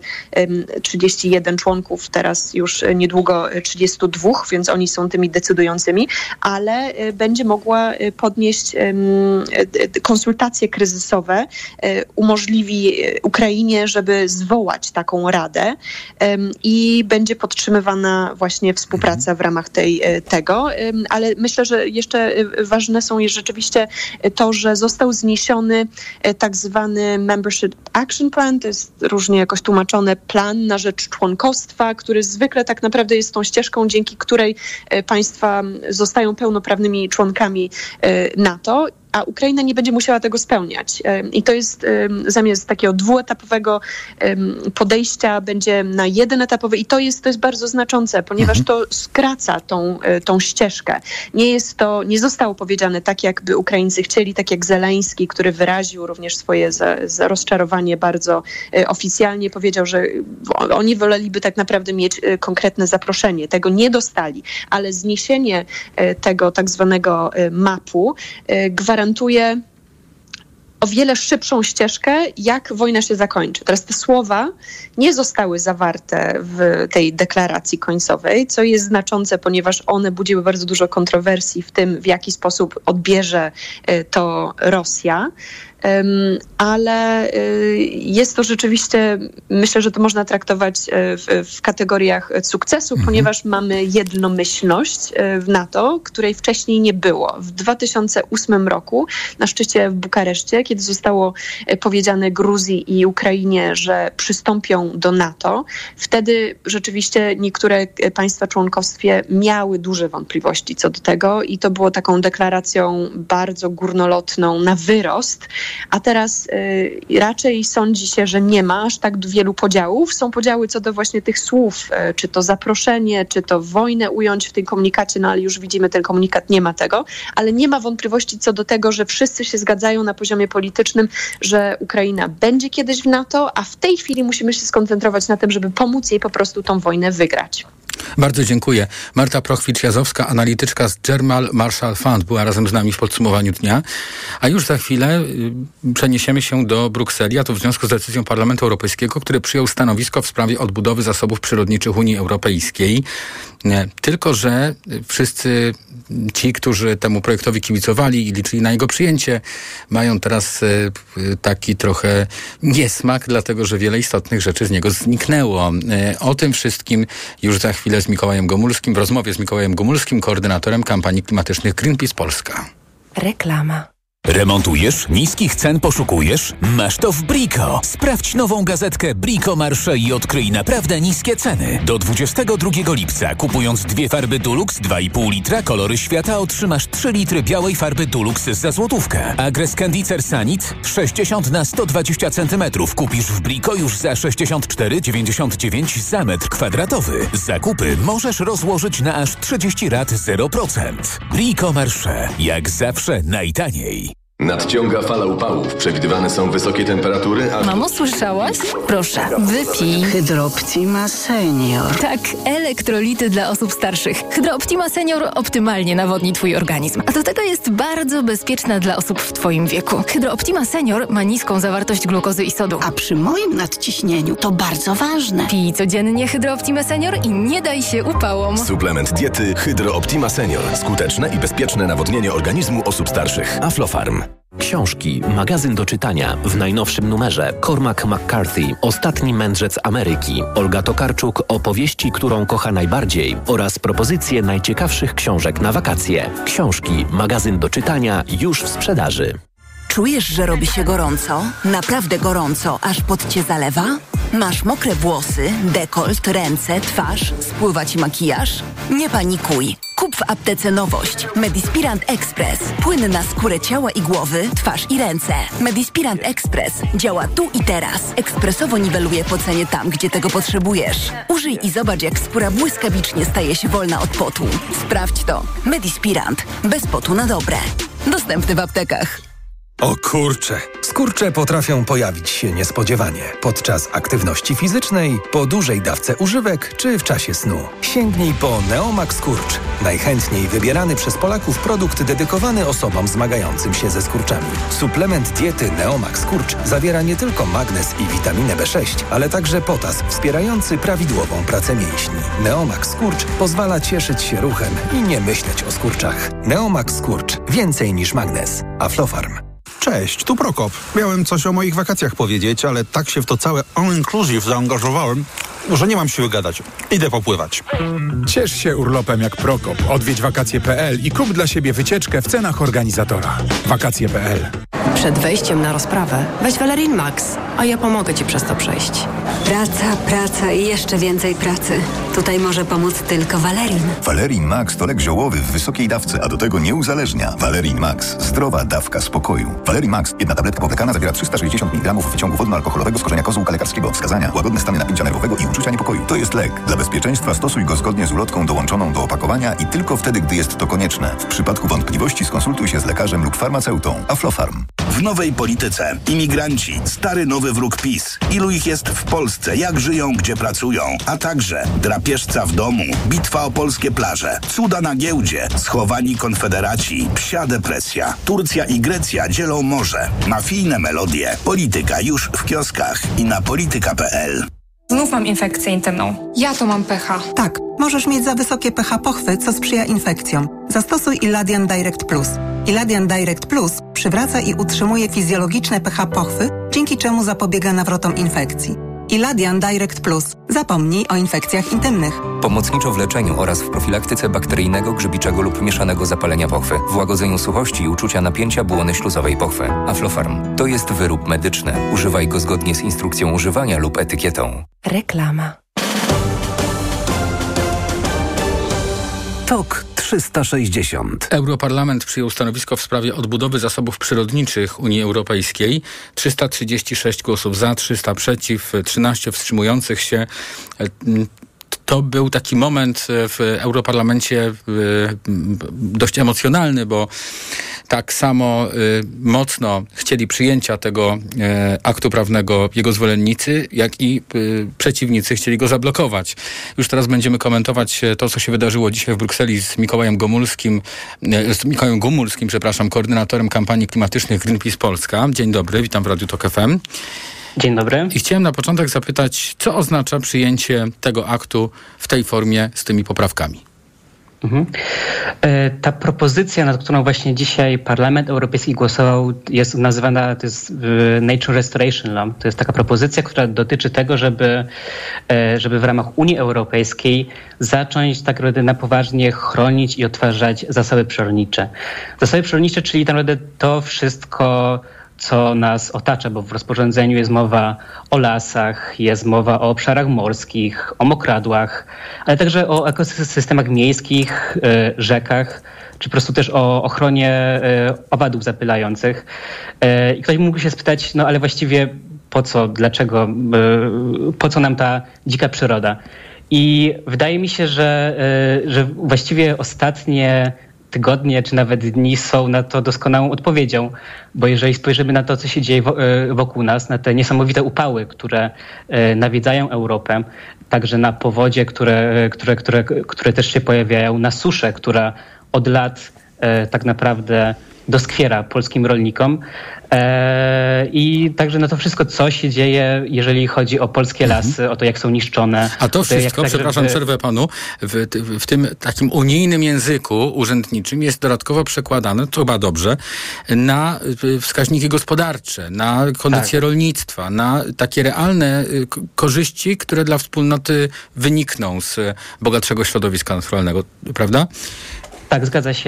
31 członków, teraz już niedługo 32, więc oni są tymi decydującymi, ale będzie mogła podnieść konsultacje kryzysowe, umożliwi Ukrainie, żeby zwołać taką radę i będzie podtrzymywana właśnie współpraca w ramach tego. Ale myślę, że jeszcze ważne są rzeczywiście to, że został zniesiony tak zwany Membership Action Plan, to jest różnie jakoś tłumaczone plan na rzecz członkostwa, który zwykle tak naprawdę jest tą ścieżką, dzięki której państwa zostają pełnoprawnymi członkami NATO, a Ukraina nie będzie musiała tego spełniać. I to jest zamiast takiego dwuetapowego podejścia będzie na jednoetapowe i to jest bardzo znaczące, ponieważ to skraca tą ścieżkę. Nie zostało powiedziane tak, jakby Ukraińcy chcieli, tak jak Zeleński, który wyraził również swoje rozczarowanie bardzo oficjalnie, powiedział, że oni woleliby tak naprawdę mieć konkretne zaproszenie. Tego nie dostali, ale zniesienie tego tak zwanego mapu gwarantuje o wiele szybszą ścieżkę, jak wojna się zakończy. Teraz te słowa nie zostały zawarte w tej deklaracji końcowej, co jest znaczące, ponieważ one budziły bardzo dużo kontrowersji w tym, w jaki sposób odbierze to Rosja. ale jest to rzeczywiście, myślę, że to można traktować w kategoriach sukcesu, ponieważ mamy jednomyślność w NATO, której wcześniej nie było. W 2008 roku na szczycie w Bukareszcie, kiedy zostało powiedziane Gruzji i Ukrainie, że przystąpią do NATO, wtedy rzeczywiście niektóre państwa członkowskie miały duże wątpliwości co do tego i to było taką deklaracją bardzo górnolotną na wyrost, a teraz raczej sądzi się, że nie ma aż tak wielu podziałów. Są podziały co do właśnie tych słów, czy to zaproszenie, czy to wojnę ująć w tym komunikacie, no ale już widzimy, ten komunikat nie ma tego, ale nie ma wątpliwości co do tego, że wszyscy się zgadzają na poziomie politycznym, że Ukraina będzie kiedyś w NATO, a w tej chwili musimy się skoncentrować na tym, żeby pomóc jej po prostu tą wojnę wygrać. Bardzo dziękuję. Marta Prochwicz-Jazowska, analityczka z German Marshall Fund, była razem z nami w podsumowaniu dnia. A już za chwilę przeniesiemy się do Brukseli, a to w związku z decyzją Parlamentu Europejskiego, który przyjął stanowisko w sprawie odbudowy zasobów przyrodniczych Unii Europejskiej. Tylko że wszyscy ci, którzy temu projektowi kibicowali i liczyli na jego przyjęcie, mają teraz taki trochę niesmak, dlatego że wiele istotnych rzeczy z niego zniknęło. O tym wszystkim już za chwilę z Mikołajem Gomulskim, w rozmowie z Mikołajem Gomulskim, koordynatorem kampanii klimatycznych Greenpeace Polska. Reklama. Remontujesz? Niskich cen poszukujesz? Masz to w Brico. Sprawdź nową gazetkę Brico Marché i odkryj naprawdę niskie ceny. Do 22 lipca kupując 2 farby Dulux 2,5 litra kolory świata otrzymasz 3 litry białej farby Dulux za złotówkę. A Grescandicer Sanit 60 na 120 cm kupisz w Brico już za 64,99 za metr kwadratowy. Zakupy możesz rozłożyć na aż 30 rat 0%. Brico Marché. Jak zawsze najtaniej. Nadciąga fala upałów. Przewidywane są wysokie temperatury, a... Mamo, słyszałaś? Proszę, wypij. Hydrooptima Senior. Tak, elektrolity dla osób starszych. Hydrooptima Senior optymalnie nawodni Twój organizm. A do tego jest bardzo bezpieczna dla osób w Twoim wieku. Hydrooptima Senior ma niską zawartość glukozy i sodu. A przy moim nadciśnieniu to bardzo ważne. Pij codziennie Hydrooptima Senior i nie daj się upałom. Suplement diety Hydrooptima Senior. Skuteczne i bezpieczne nawodnienie organizmu osób starszych. Aflofarm. Książki, magazyn do czytania. W najnowszym numerze Cormac McCarthy, Ostatni mędrzec Ameryki. Olga Tokarczuk, opowieści, którą kocha najbardziej oraz propozycje najciekawszych książek na wakacje. Książki, magazyn do czytania już w sprzedaży. Czujesz, że robi się gorąco? Naprawdę gorąco, aż pot cię zalewa? Masz mokre włosy, dekolt, ręce, twarz, spływa ci makijaż? Nie panikuj. Kup w aptece nowość. Medispirant Express. Płyn na skórę ciała i głowy, twarz i ręce. Medispirant Express działa tu i teraz. Ekspresowo niweluje pocenie tam, gdzie tego potrzebujesz. Użyj i zobacz, jak skóra błyskawicznie staje się wolna od potu. Sprawdź to. Medispirant. Bez potu na dobre. Dostępny w aptekach. O kurcze! Skurcze potrafią pojawić się niespodziewanie podczas aktywności fizycznej, po dużej dawce używek czy w czasie snu. Sięgnij po Neomax Skurcz. Najchętniej wybierany przez Polaków produkt dedykowany osobom zmagającym się ze skurczami. Suplement diety Neomax Skurcz zawiera nie tylko magnez i witaminę B6, ale także potas wspierający prawidłową pracę mięśni. Neomax Skurcz pozwala cieszyć się ruchem i nie myśleć o skurczach. Neomax Skurcz. Więcej niż magnez. Aflofarm. Cześć, tu Prokop. Miałem coś o moich wakacjach powiedzieć, ale tak się w to całe all-inclusive zaangażowałem, że nie mam siły gadać. Idę popływać. Ciesz się urlopem jak Prokop. Odwiedź wakacje.pl i kup dla siebie wycieczkę w cenach organizatora. Wakacje.pl. Przed wejściem na rozprawę weź Valerin Max, a ja pomogę Ci przez to przejść. Praca, praca i jeszcze więcej pracy. Tutaj może pomóc tylko Valerin. Valerin Max to lek ziołowy w wysokiej dawce, a do tego nie uzależnia. Valerin Max. Zdrowa dawka spokoju. Valerin Max. Jedna tabletka powlekana zawiera 360 mg wyciągu wodno-alkoholowego z korzenia kozłka lekarskiego. Wskazania: łagodne stany napięcia nerwowego i uczucia niepokoju. To jest lek. Dla bezpieczeństwa stosuj go zgodnie z ulotką dołączoną do opakowania i tylko wtedy, gdy jest to konieczne. W przypadku wątpliwości skonsultuj się z lekarzem lub farmaceutą. Aflofarm. W nowej polityce. Imigranci. Stary nowy wróg PiS. Ilu ich jest w Polsce? Jak żyją? Gdzie pracują? A także drapieżca w domu. Bitwa o polskie plaże. Cuda na giełdzie. Schowani konfederaci. Psia depresja. Turcja i Grecja dzielą morze. Mafijne melodie. Polityka już w kioskach i na polityka.pl. Znów mam infekcję intymną. Ja to mam pH. Tak, możesz mieć za wysokie pH pochwy, co sprzyja infekcjom. Zastosuj Iladian Direct Plus. Iladian Direct Plus przywraca i utrzymuje fizjologiczne pH pochwy, dzięki czemu zapobiega nawrotom infekcji. Iladian Direct Plus. Zapomnij o infekcjach intymnych. Pomocniczo w leczeniu oraz w profilaktyce bakteryjnego, grzybiczego lub mieszanego zapalenia pochwy, w łagodzeniu suchości i uczucia napięcia błony śluzowej pochwy. Aflofarm to jest wyrób medyczny. Używaj go zgodnie z instrukcją używania lub etykietą. Reklama. TOK 360. Europarlament przyjął stanowisko w sprawie odbudowy zasobów przyrodniczych Unii Europejskiej. 336 głosów za, 300 przeciw, 13 wstrzymujących się. To był taki moment w Europarlamencie dość emocjonalny, bo tak samo mocno chcieli przyjęcia tego aktu prawnego jego zwolennicy, jak i przeciwnicy chcieli go zablokować. Już teraz będziemy komentować to, co się wydarzyło dzisiaj w Brukseli z Mikołajem Gumulskim, koordynatorem kampanii klimatycznych Greenpeace Polska. Dzień dobry, witam w Radiu TOK FM. Dzień dobry. I chciałem na początek zapytać, co oznacza przyjęcie tego aktu w tej formie z tymi poprawkami? Ta propozycja, nad którą właśnie dzisiaj Parlament Europejski głosował, jest nazywana, to jest Nature Restoration Law. To jest taka propozycja, która dotyczy tego, żeby w ramach Unii Europejskiej zacząć tak naprawdę na poważnie chronić i odtwarzać zasoby przyrodnicze. Zasoby przyrodnicze, czyli tak naprawdę to wszystko, co nas otacza, bo w rozporządzeniu jest mowa o lasach, jest mowa o obszarach morskich, o mokradłach, ale także o ekosystemach miejskich, rzekach, czy po prostu też o ochronie owadów zapylających. I ktoś mógł się spytać, no ale właściwie po co, dlaczego, po co nam ta dzika przyroda? I wydaje mi się, że właściwie ostatnie tygodnie czy nawet dni są na to doskonałą odpowiedzią, bo jeżeli spojrzymy na to, co się dzieje wokół nas, na te niesamowite upały, które nawiedzają Europę, także na powodzie, które też się pojawiają, na suszę, która od lat tak naprawdę doskwiera polskim rolnikom. I także na to wszystko, co się dzieje, jeżeli chodzi o polskie lasy, o to, jak są niszczone. A to wszystko, przerwę panu, w tym takim unijnym języku urzędniczym jest dodatkowo przekładane, to chyba dobrze, na wskaźniki gospodarcze, na kondycję rolnictwa, na takie realne korzyści, które dla wspólnoty wynikną z bogatszego środowiska naturalnego, prawda? Tak, zgadza się.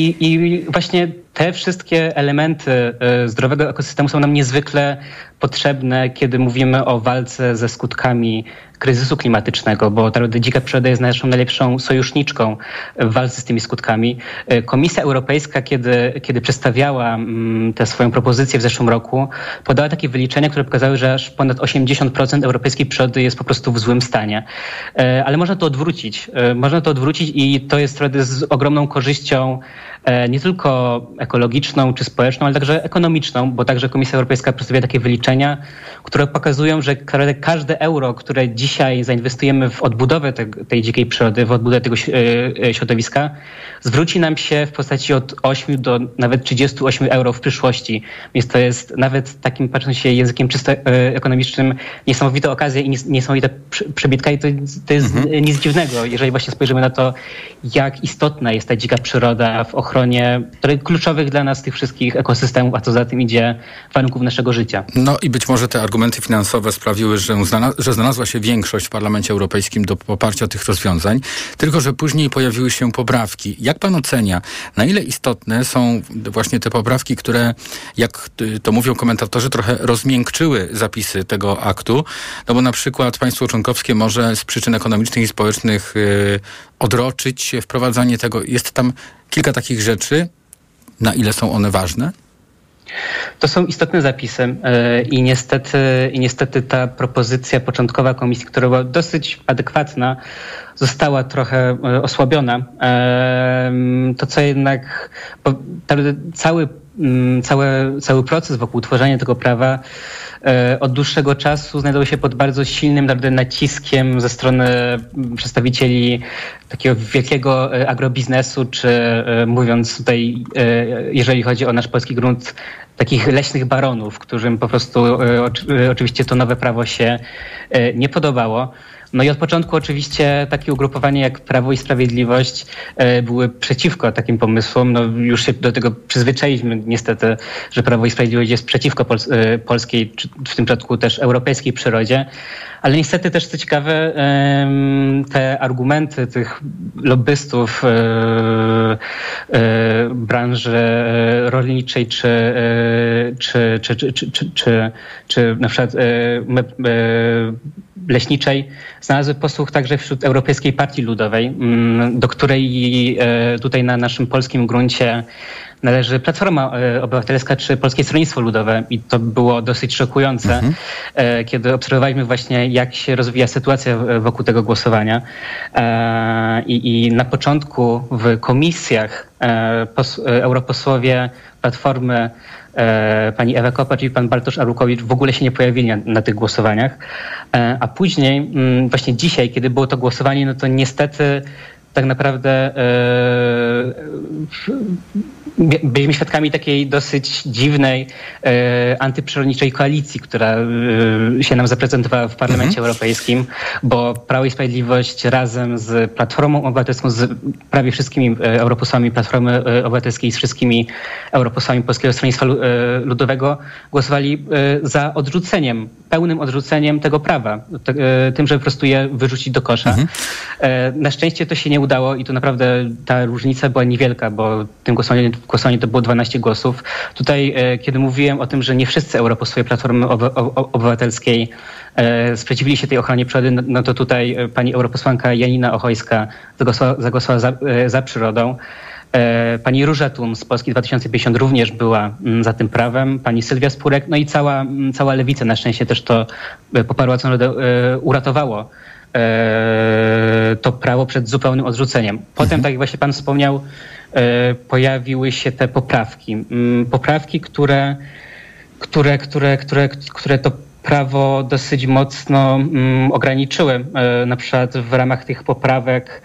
I właśnie te wszystkie elementy zdrowego ekosystemu są nam niezwykle potrzebne, kiedy mówimy o walce ze skutkami kryzysu klimatycznego, bo ta dzika przyroda jest naszą najlepszą sojuszniczką w walce z tymi skutkami. Komisja Europejska, kiedy przedstawiała tę swoją propozycję w zeszłym roku, podała takie wyliczenia, które pokazały, że aż ponad 80% europejskiej przyrody jest po prostu w złym stanie. Ale można to odwrócić. I to jest z ogromną korzyścią nie tylko ekologiczną czy społeczną, ale także ekonomiczną, bo także Komisja Europejska przedstawia takie wyliczenia, które pokazują, że każde euro, które dzisiaj zainwestujemy w odbudowę tej dzikiej przyrody, w odbudowę tego środowiska, zwróci nam się w postaci od 8 do nawet 38 euro w przyszłości. Więc to jest nawet takim, patrząc się językiem czysto ekonomicznym, niesamowita okazja i niesamowita przebitka i to jest nic dziwnego, jeżeli właśnie spojrzymy na to, jak istotna jest ta dzika przyroda w ochronie kluczowych dla nas tych wszystkich ekosystemów, a co za tym idzie, warunków naszego życia. No i być może te argumenty finansowe sprawiły, że znalazła się większość w Parlamencie Europejskim do poparcia tych rozwiązań, tylko że później pojawiły się poprawki. Jak pan ocenia, na ile istotne są właśnie te poprawki, które, jak to mówią komentatorzy, trochę rozmiękczyły zapisy tego aktu, no bo na przykład państwo członkowskie może z przyczyn ekonomicznych i społecznych odroczyć wprowadzanie tego. Jest tam kilka takich rzeczy. Na ile są one ważne? To są istotne zapisy i niestety ta propozycja początkowa komisji, która była dosyć adekwatna, została trochę osłabiona. To co jednak cały proces wokół tworzenia tego prawa od dłuższego czasu znajdował się pod bardzo silnym naciskiem ze strony przedstawicieli takiego wielkiego agrobiznesu, czy mówiąc tutaj, jeżeli chodzi o nasz polski grunt, takich leśnych baronów, którym po prostu oczywiście to nowe prawo się nie podobało. No i od początku oczywiście takie ugrupowania jak Prawo i Sprawiedliwość były przeciwko takim pomysłom. No już się do tego przyzwyczailiśmy niestety, że Prawo i Sprawiedliwość jest przeciwko polskiej, czy w tym przypadku też europejskiej przyrodzie. Ale niestety też co ciekawe, te argumenty tych lobbystów branży rolniczej czy na przykład leśniczej znalazły posłuch także wśród Europejskiej Partii Ludowej, do której tutaj na naszym polskim gruncie należy Platforma Obywatelska czy Polskie Stronnictwo Ludowe i to było dosyć szokujące, kiedy obserwowaliśmy właśnie, jak się rozwija sytuacja wokół tego głosowania. I na początku w komisjach europosłowie Platformy, pani Ewa Kopacz i pan Bartosz Arłukowicz w ogóle się nie pojawili na tych głosowaniach. A później, właśnie dzisiaj, kiedy było to głosowanie, no to niestety tak naprawdę byliśmy świadkami takiej dosyć dziwnej, antyprzyrodniczej koalicji, która się nam zaprezentowała w Parlamencie Europejskim, bo Prawo i Sprawiedliwość razem z Platformą Obywatelską, z prawie wszystkimi europosłami Platformy Obywatelskiej, z wszystkimi europosłami Polskiego Stronnictwa Ludowego głosowali za odrzuceniem, pełnym odrzuceniem tego prawa, tym, żeby po prostu je wyrzucić do kosza. Na szczęście to się nie udało i to naprawdę ta różnica była niewielka, bo tym głosowanie to było 12 głosów. Tutaj, kiedy mówiłem o tym, że nie wszyscy europosłowie Platformy Obywatelskiej sprzeciwili się tej ochronie przyrody, no to tutaj pani europosłanka Janina Ochojska zagłosowała za przyrodą. Pani Róża Thun z Polski 2050 również była za tym prawem. Pani Sylwia Spurek, no i cała lewica na szczęście też to poparła, co uratowało to prawo przed zupełnym odrzuceniem. Potem, tak jak właśnie pan wspomniał, pojawiły się te poprawki. Poprawki, które to prawo dosyć mocno ograniczyły. Na przykład w ramach tych poprawek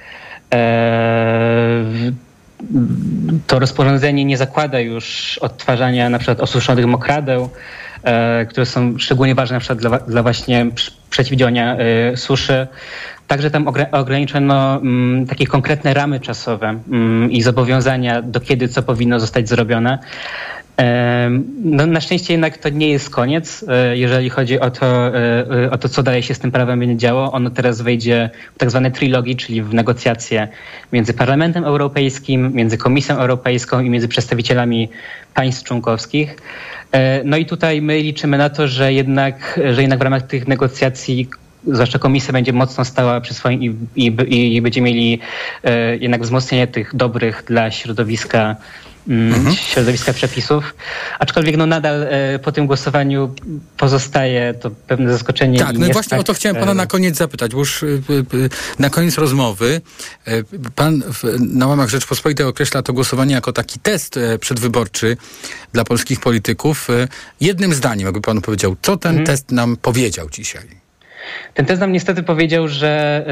to rozporządzenie nie zakłada już odtwarzania na przykład osuszonych mokradeł, które są szczególnie ważne na przykład dla właśnie przeciwdziałania suszy. Także tam ograniczono takie konkretne ramy czasowe i zobowiązania, do kiedy co powinno zostać zrobione. No, na szczęście jednak to nie jest koniec, jeżeli chodzi o to, co dalej się z tym prawem będzie działo. Ono teraz wejdzie w tak zwane trilogii, czyli w negocjacje między Parlamentem Europejskim, między Komisją Europejską i między przedstawicielami państw członkowskich. No i tutaj my liczymy na to, że jednak w ramach tych negocjacji zwłaszcza komisja będzie mocno stała przy swoim i będzie mieli jednak wzmocnienie tych dobrych dla środowiska przepisów. Aczkolwiek no nadal po tym głosowaniu pozostaje to pewne zaskoczenie. Tak, no właśnie o to chciałem pana na koniec zapytać, bo już na koniec rozmowy pan na łamach Rzeczpospolitej określa to głosowanie jako taki test przedwyborczy dla polskich polityków. Jednym zdaniem, jakby pan powiedział, co ten test nam powiedział dzisiaj? Ten test nam niestety powiedział, że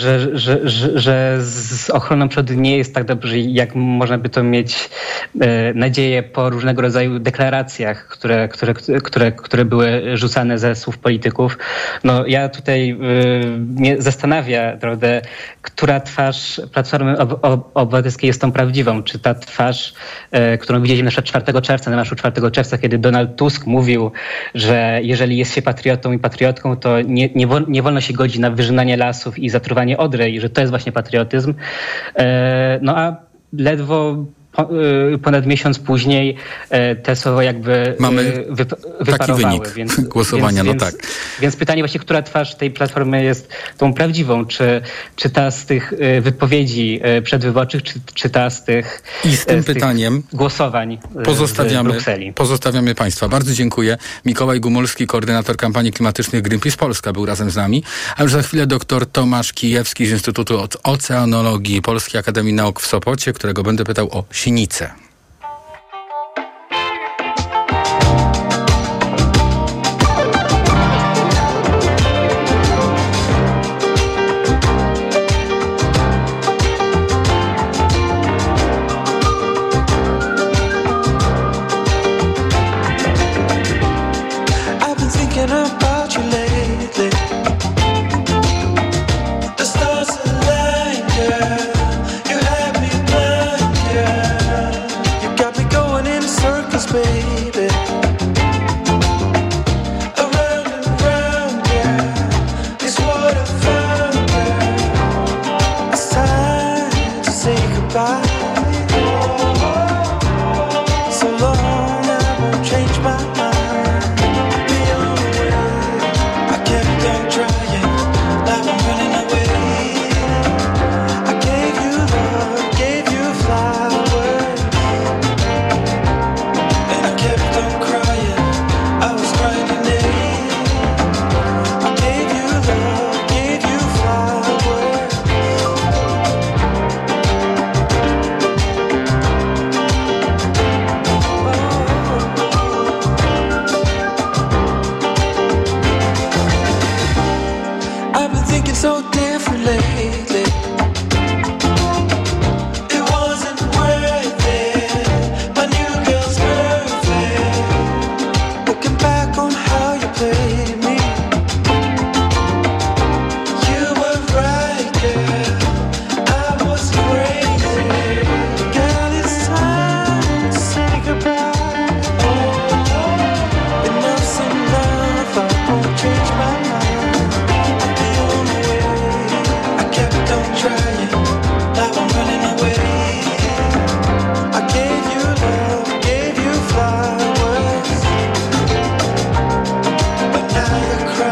z ochroną przyrody nie jest tak dobrze, jak można by to mieć nadzieję po różnego rodzaju deklaracjach, które były rzucane ze słów polityków. No ja tutaj mnie zastanawia, prawda, która twarz Platformy Obywatelskiej jest tą prawdziwą. Czy ta twarz, którą widzieliśmy na przykład 4 czerwca, na marszu 4 czerwca, kiedy Donald Tusk mówił, że jeżeli jest się patriotą i patriotką, to nie wolno się godzić na wyrzynanie lasów i zatruwanie Odry i że to jest właśnie patriotyzm. No a ledwo ponad miesiąc później te słowa jakby mamy wyparowały. Taki wynik głosowania, tak. Więc pytanie właśnie, która twarz tej Platformy jest tą prawdziwą? Czy ta z tych wypowiedzi przedwyborczych, czy ta z tych I z tym pytaniem głosowań w Brukseli? Pozostawiamy państwa. Bardzo dziękuję. Mikołaj Gumulski, koordynator kampanii klimatycznych Greenpeace Polska był razem z nami. A już za chwilę dr Tomasz Kijewski z Instytutu Oceanologii Polskiej Akademii Nauk w Sopocie, którego będę pytał o sinice.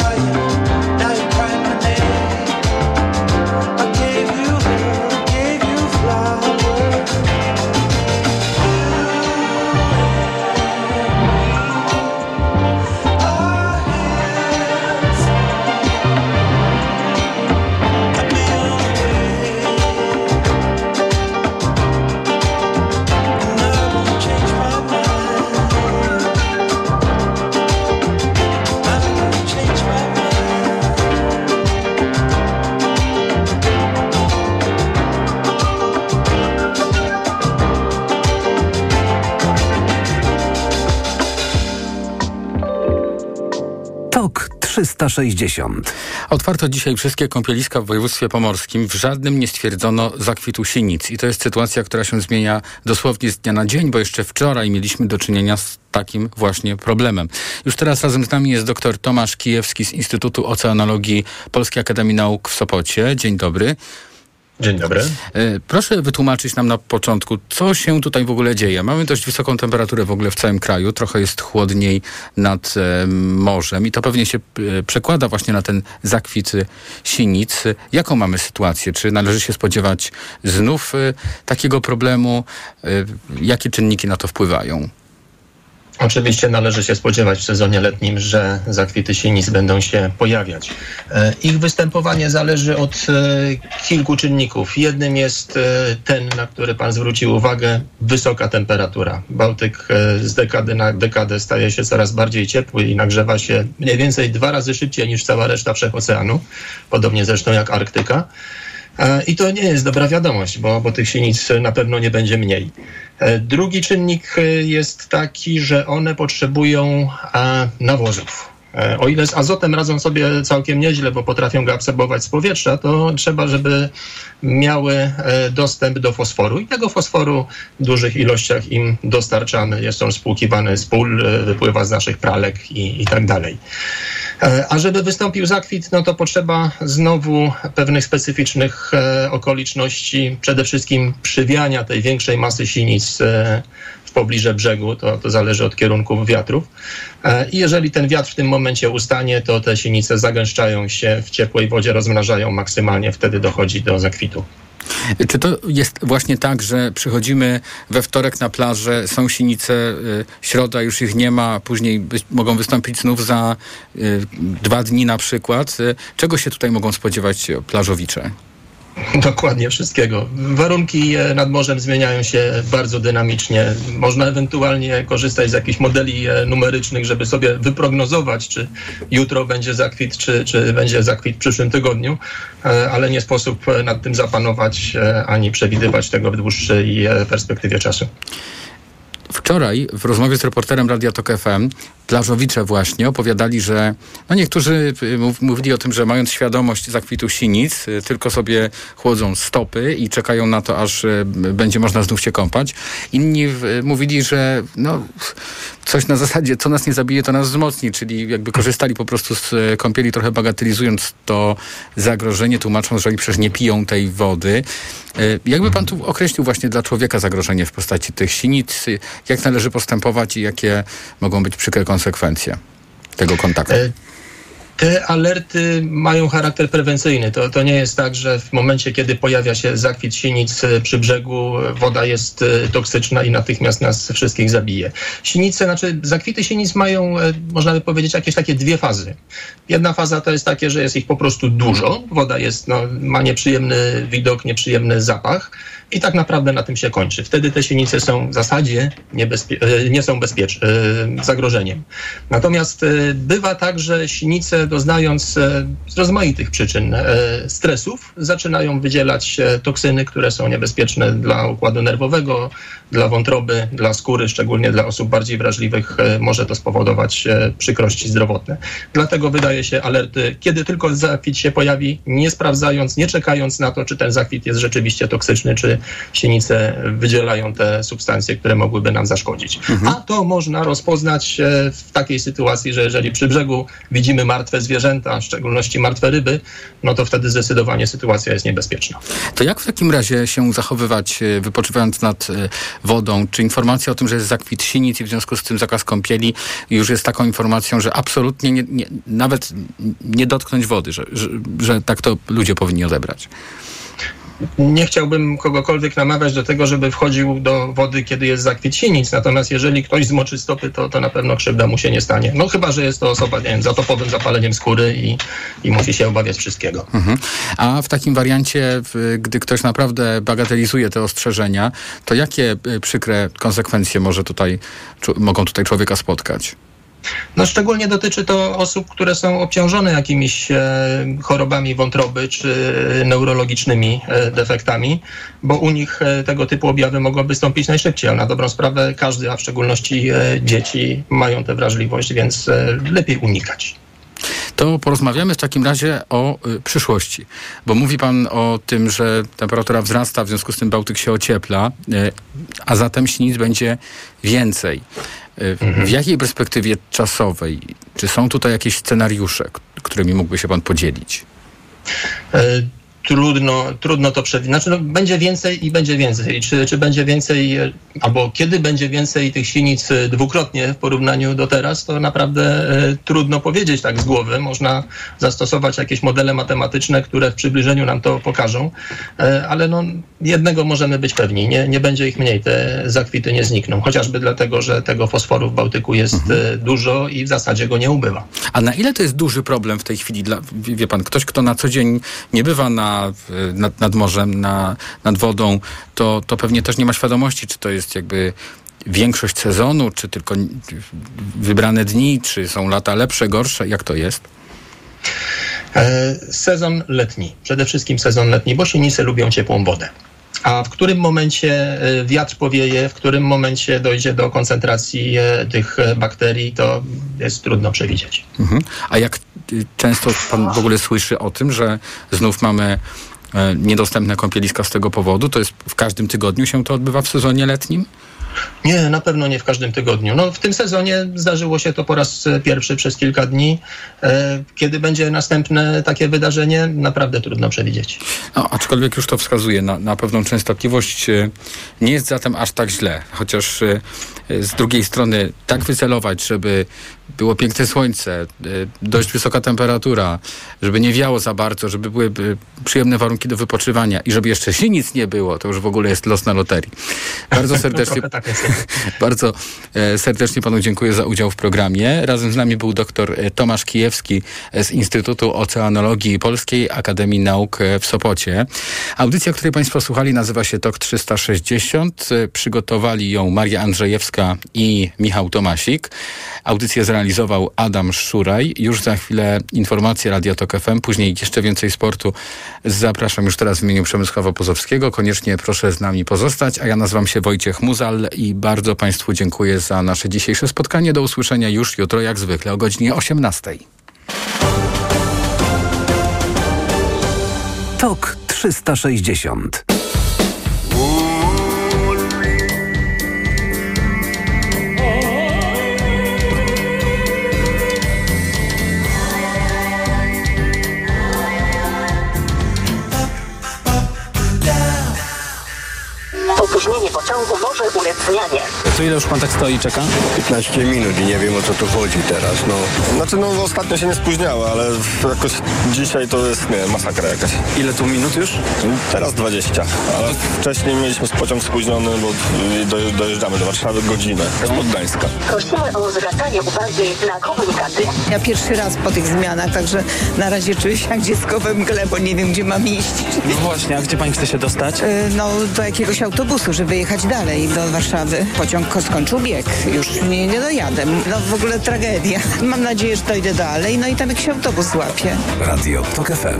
TOK 360. Otwarto dzisiaj wszystkie kąpieliska w województwie pomorskim. W żadnym nie stwierdzono zakwitu sinic. I to jest sytuacja, która się zmienia dosłownie z dnia na dzień, bo jeszcze wczoraj mieliśmy do czynienia z takim właśnie problemem. Już teraz razem z nami jest dr Tomasz Kijewski z Instytutu Oceanologii Polskiej Akademii Nauk w Sopocie. Dzień dobry. Dzień dobry. Proszę wytłumaczyć nam na początku, co się tutaj w ogóle dzieje. Mamy dość wysoką temperaturę w ogóle w całym kraju. Trochę jest chłodniej nad morzem i to pewnie się przekłada właśnie na ten zakwit sinic. Jaką mamy sytuację? Czy należy się spodziewać znów takiego problemu? Jakie czynniki na to wpływają? Oczywiście należy się spodziewać w sezonie letnim, że zakwity sinic będą się pojawiać. Ich występowanie zależy od kilku czynników. Jednym jest ten, na który pan zwrócił uwagę, wysoka temperatura. Bałtyk z dekady na dekadę staje się coraz bardziej ciepły i nagrzewa się mniej więcej 2 razy szybciej niż cała reszta wszechoceanu, podobnie zresztą jak Arktyka. I to nie jest dobra wiadomość, bo tych sinic na pewno nie będzie mniej. Drugi czynnik jest taki, że one potrzebują nawozów. O ile z azotem radzą sobie całkiem nieźle, bo potrafią go absorbować z powietrza, to trzeba, żeby miały dostęp do fosforu. I tego fosforu w dużych ilościach im dostarczamy. Jest on spłukiwany z pól, wypływa z naszych pralek i tak dalej. A żeby wystąpił zakwit, no to potrzeba znowu pewnych specyficznych okoliczności, przede wszystkim przywiania tej większej masy sinic w pobliże brzegu, to zależy od kierunków wiatrów. I jeżeli ten wiatr w tym momencie ustanie, to te sinice zagęszczają się w ciepłej wodzie, rozmnażają maksymalnie, wtedy dochodzi do zakwitu. Czy to jest właśnie tak, że przychodzimy we wtorek na plażę, są sinice, środa już ich nie ma, później mogą wystąpić znów za 2 dni na przykład? Czego się tutaj mogą spodziewać plażowicze? Dokładnie wszystkiego. Warunki nad morzem zmieniają się bardzo dynamicznie. Można ewentualnie korzystać z jakichś modeli numerycznych, żeby sobie wyprognozować, czy jutro będzie zakwit, czy będzie zakwit w przyszłym tygodniu, ale nie sposób nad tym zapanować ani przewidywać tego w dłuższej perspektywie czasu. Wczoraj w rozmowie z reporterem Radia Tok FM plażowicze właśnie opowiadali, że niektórzy mówili o tym, że mając świadomość zakwitu sinic, tylko sobie chłodzą stopy i czekają na to, aż będzie można znów się kąpać. Inni mówili, że coś na zasadzie, co nas nie zabije, to nas wzmocni, czyli jakby korzystali po prostu z kąpieli, trochę bagatelizując to zagrożenie, tłumacząc, że oni przecież nie piją tej wody. Jakby pan tu określił właśnie dla człowieka zagrożenie w postaci tych sinic, jak należy postępować i jakie mogą być przykre konsekwencje tego kontaktu? Te alerty mają charakter prewencyjny. To nie jest tak, że w momencie, kiedy pojawia się zakwit sinic przy brzegu, woda jest toksyczna i natychmiast nas wszystkich zabije. Zakwity sinic mają, można by powiedzieć, jakieś takie 2 fazy. Jedna faza to jest takie, że jest ich po prostu dużo. Woda jest, ma nieprzyjemny widok, nieprzyjemny zapach i tak naprawdę na tym się kończy. Wtedy te sinice są w zasadzie nie są zagrożeniem. Natomiast bywa tak, że sinice, doznając z rozmaitych przyczyn stresów, zaczynają wydzielać toksyny, które są niebezpieczne dla układu nerwowego, dla wątroby, dla skóry, szczególnie dla osób bardziej wrażliwych może to spowodować przykrości zdrowotne. Dlatego wydaje się alerty, kiedy tylko zakwit się pojawi, nie sprawdzając, nie czekając na to, czy ten zakwit jest rzeczywiście toksyczny, czy gdzie sinice wydzielają te substancje, które mogłyby nam zaszkodzić. A to można rozpoznać w takiej sytuacji, że jeżeli przy brzegu widzimy martwe zwierzęta, w szczególności martwe ryby, no to wtedy zdecydowanie sytuacja jest niebezpieczna. To jak w takim razie się zachowywać, wypoczywając nad wodą? Czy informacja o tym, że jest zakwit sinic i w związku z tym zakaz kąpieli już jest taką informacją, że absolutnie nawet nie dotknąć wody, że tak to ludzie powinni odebrać? Nie chciałbym kogokolwiek namawiać do tego, żeby wchodził do wody, kiedy jest zakwit sinic. Natomiast jeżeli ktoś zmoczy stopy, to na pewno krzywda mu się nie stanie. No chyba, że jest to osoba, nie wiem, z atopowym zapaleniem skóry i musi się obawiać wszystkiego. A w takim wariancie, gdy ktoś naprawdę bagatelizuje te ostrzeżenia, to jakie przykre konsekwencje mogą tutaj człowieka spotkać? No szczególnie dotyczy to osób, które są obciążone jakimiś chorobami wątroby czy neurologicznymi defektami, bo u nich tego typu objawy mogą wystąpić najszybciej, ale na dobrą sprawę każdy, a w szczególności dzieci mają tę wrażliwość, więc lepiej unikać. To porozmawiamy w takim razie o przyszłości, bo mówi pan o tym, że temperatura wzrasta, w związku z tym Bałtyk się ociepla, a zatem sinic będzie więcej. W jakiej perspektywie czasowej? Czy są tutaj jakieś scenariusze, którymi mógłby się pan podzielić? Trudno to przewidzieć. Znaczy, będzie więcej i będzie więcej. Czy będzie więcej, albo kiedy będzie więcej tych sinic dwukrotnie w porównaniu do teraz, to naprawdę trudno powiedzieć tak z głowy. Można zastosować jakieś modele matematyczne, które w przybliżeniu nam to pokażą, ale jednego możemy być pewni. Nie będzie ich mniej. Te zakwity nie znikną. Chociażby dlatego, że tego fosforu w Bałtyku jest dużo i w zasadzie go nie ubywa. A na ile to jest duży problem w tej chwili? Wie pan, ktoś, kto na co dzień nie bywa nad morzem, nad wodą, to pewnie też nie ma świadomości, czy to jest jakby większość sezonu, czy tylko wybrane dni, czy są lata lepsze, gorsze, jak to jest? Sezon letni. Przede wszystkim sezon letni, bo sinice lubią ciepłą wodę. A w którym momencie wiatr powieje, w którym momencie dojdzie do koncentracji tych bakterii, to jest trudno przewidzieć. A jak często pan w ogóle słyszy o tym, że znów mamy niedostępne kąpieliska z tego powodu? To jest w każdym tygodniu się to odbywa w sezonie letnim? Nie, na pewno nie w każdym tygodniu. W tym sezonie zdarzyło się to po raz pierwszy przez kilka dni. Kiedy będzie następne takie wydarzenie, naprawdę trudno przewidzieć. Aczkolwiek już to wskazuje na pewną częstotliwość. Nie jest zatem aż tak źle. Chociaż z drugiej strony tak wycelować, żeby było piękne słońce, dość wysoka temperatura, żeby nie wiało za bardzo, żeby były przyjemne warunki do wypoczywania i żeby jeszcze sinic nie było, to już w ogóle jest los na loterii. Bardzo serdecznie panu dziękuję za udział w programie. Razem z nami był dr Tomasz Kijewski z Instytutu Oceanologii Polskiej Akademii Nauk w Sopocie. Audycja, której państwo słuchali, nazywa się TOK 360. Przygotowali ją Maria Andrzejewska i Michał Tomasik. Audycję zrealizował Adam Szuraj. Już za chwilę informacje Radia TOK FM, później jeszcze więcej sportu. Zapraszam już teraz w imieniu Przemysława Pozowskiego. Koniecznie proszę z nami pozostać, a ja nazywam się Wojciech Muzal i bardzo państwu dziękuję za nasze dzisiejsze spotkanie. Do usłyszenia już jutro, jak zwykle, o godzinie 18:00. TOK 360. Opóźnienie pociągu może ulec zmianie. To ile już pan tak stoi i czeka? 15 minut i nie wiem, o co tu chodzi teraz, ostatnio się nie spóźniało, ale jakoś dzisiaj to jest, masakra jakaś. Ile tu minut już? Teraz 20, ale wcześniej mieliśmy pociąg spóźniony, bo dojeżdżamy do Warszawy godzinę, spod Gdańska. Prosimy o zwracanie uwagi na komunikaty. Ja pierwszy raz po tych zmianach, także na razie czuję się jak dziecko we mgle, bo nie wiem, gdzie mam iść. No właśnie, a gdzie pani chce się dostać? Do jakiegoś autobusu, żeby jechać dalej do Warszawy. Pociąg skończył bieg, już nie dojadę. W ogóle tragedia. Mam nadzieję, że dojdę dalej, i tam jakiś autobus złapię. Radio TOK FM.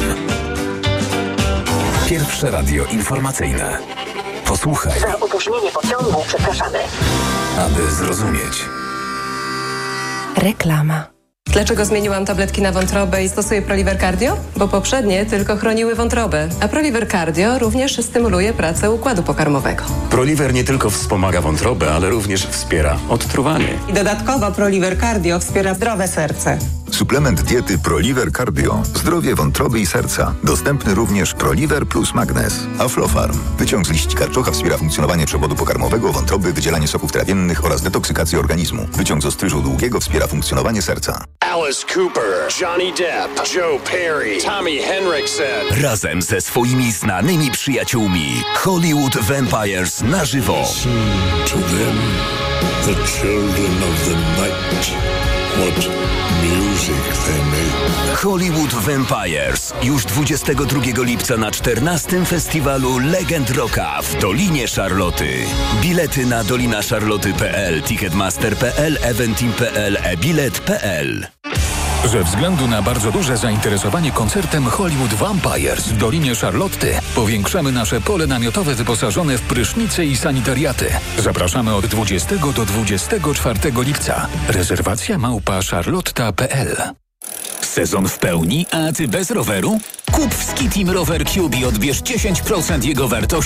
Pierwsze radio informacyjne. Posłuchaj. Za opóźnienie pociągu przepraszamy. Aby zrozumieć. Reklama. Dlaczego zmieniłam tabletki na wątrobę i stosuję Proliver Cardio? Bo poprzednie tylko chroniły wątrobę, a Proliver Cardio również stymuluje pracę układu pokarmowego. Proliver nie tylko wspomaga wątrobę, ale również wspiera odtruwanie. I dodatkowo Proliver Cardio wspiera zdrowe serce. Suplement diety Proliver Cardio. Zdrowie wątroby i serca. Dostępny również Proliver plus Magnez. Aflofarm. Wyciąg z liści karczocha wspiera funkcjonowanie przewodu pokarmowego, wątroby, wydzielanie soków trawiennych oraz detoksykację organizmu. Wyciąg z ostryżu długiego wspiera funkcjonowanie serca. Alice Cooper, Johnny Depp, Joe Perry, Tommy Henriksen. Razem ze swoimi znanymi przyjaciółmi Hollywood Vampires na żywo. To them, the children of the night. What music they make. Hollywood Vampires. Już 22 lipca na 14. Festiwalu Legend Rocka w Dolinie Charlotty. Bilety na dolinacharloty.pl, ticketmaster.pl, eventim.pl, ebilet.pl. Ze względu na bardzo duże zainteresowanie koncertem Hollywood Vampires w Dolinie Charlotty powiększamy nasze pole namiotowe wyposażone w prysznice i sanitariaty. Zapraszamy od 20 do 24 lipca. Rezerwacja @charlotta.pl. Sezon w pełni, a ty bez roweru? Kup w Ski Team rower Cube i odbierz 10% jego wartości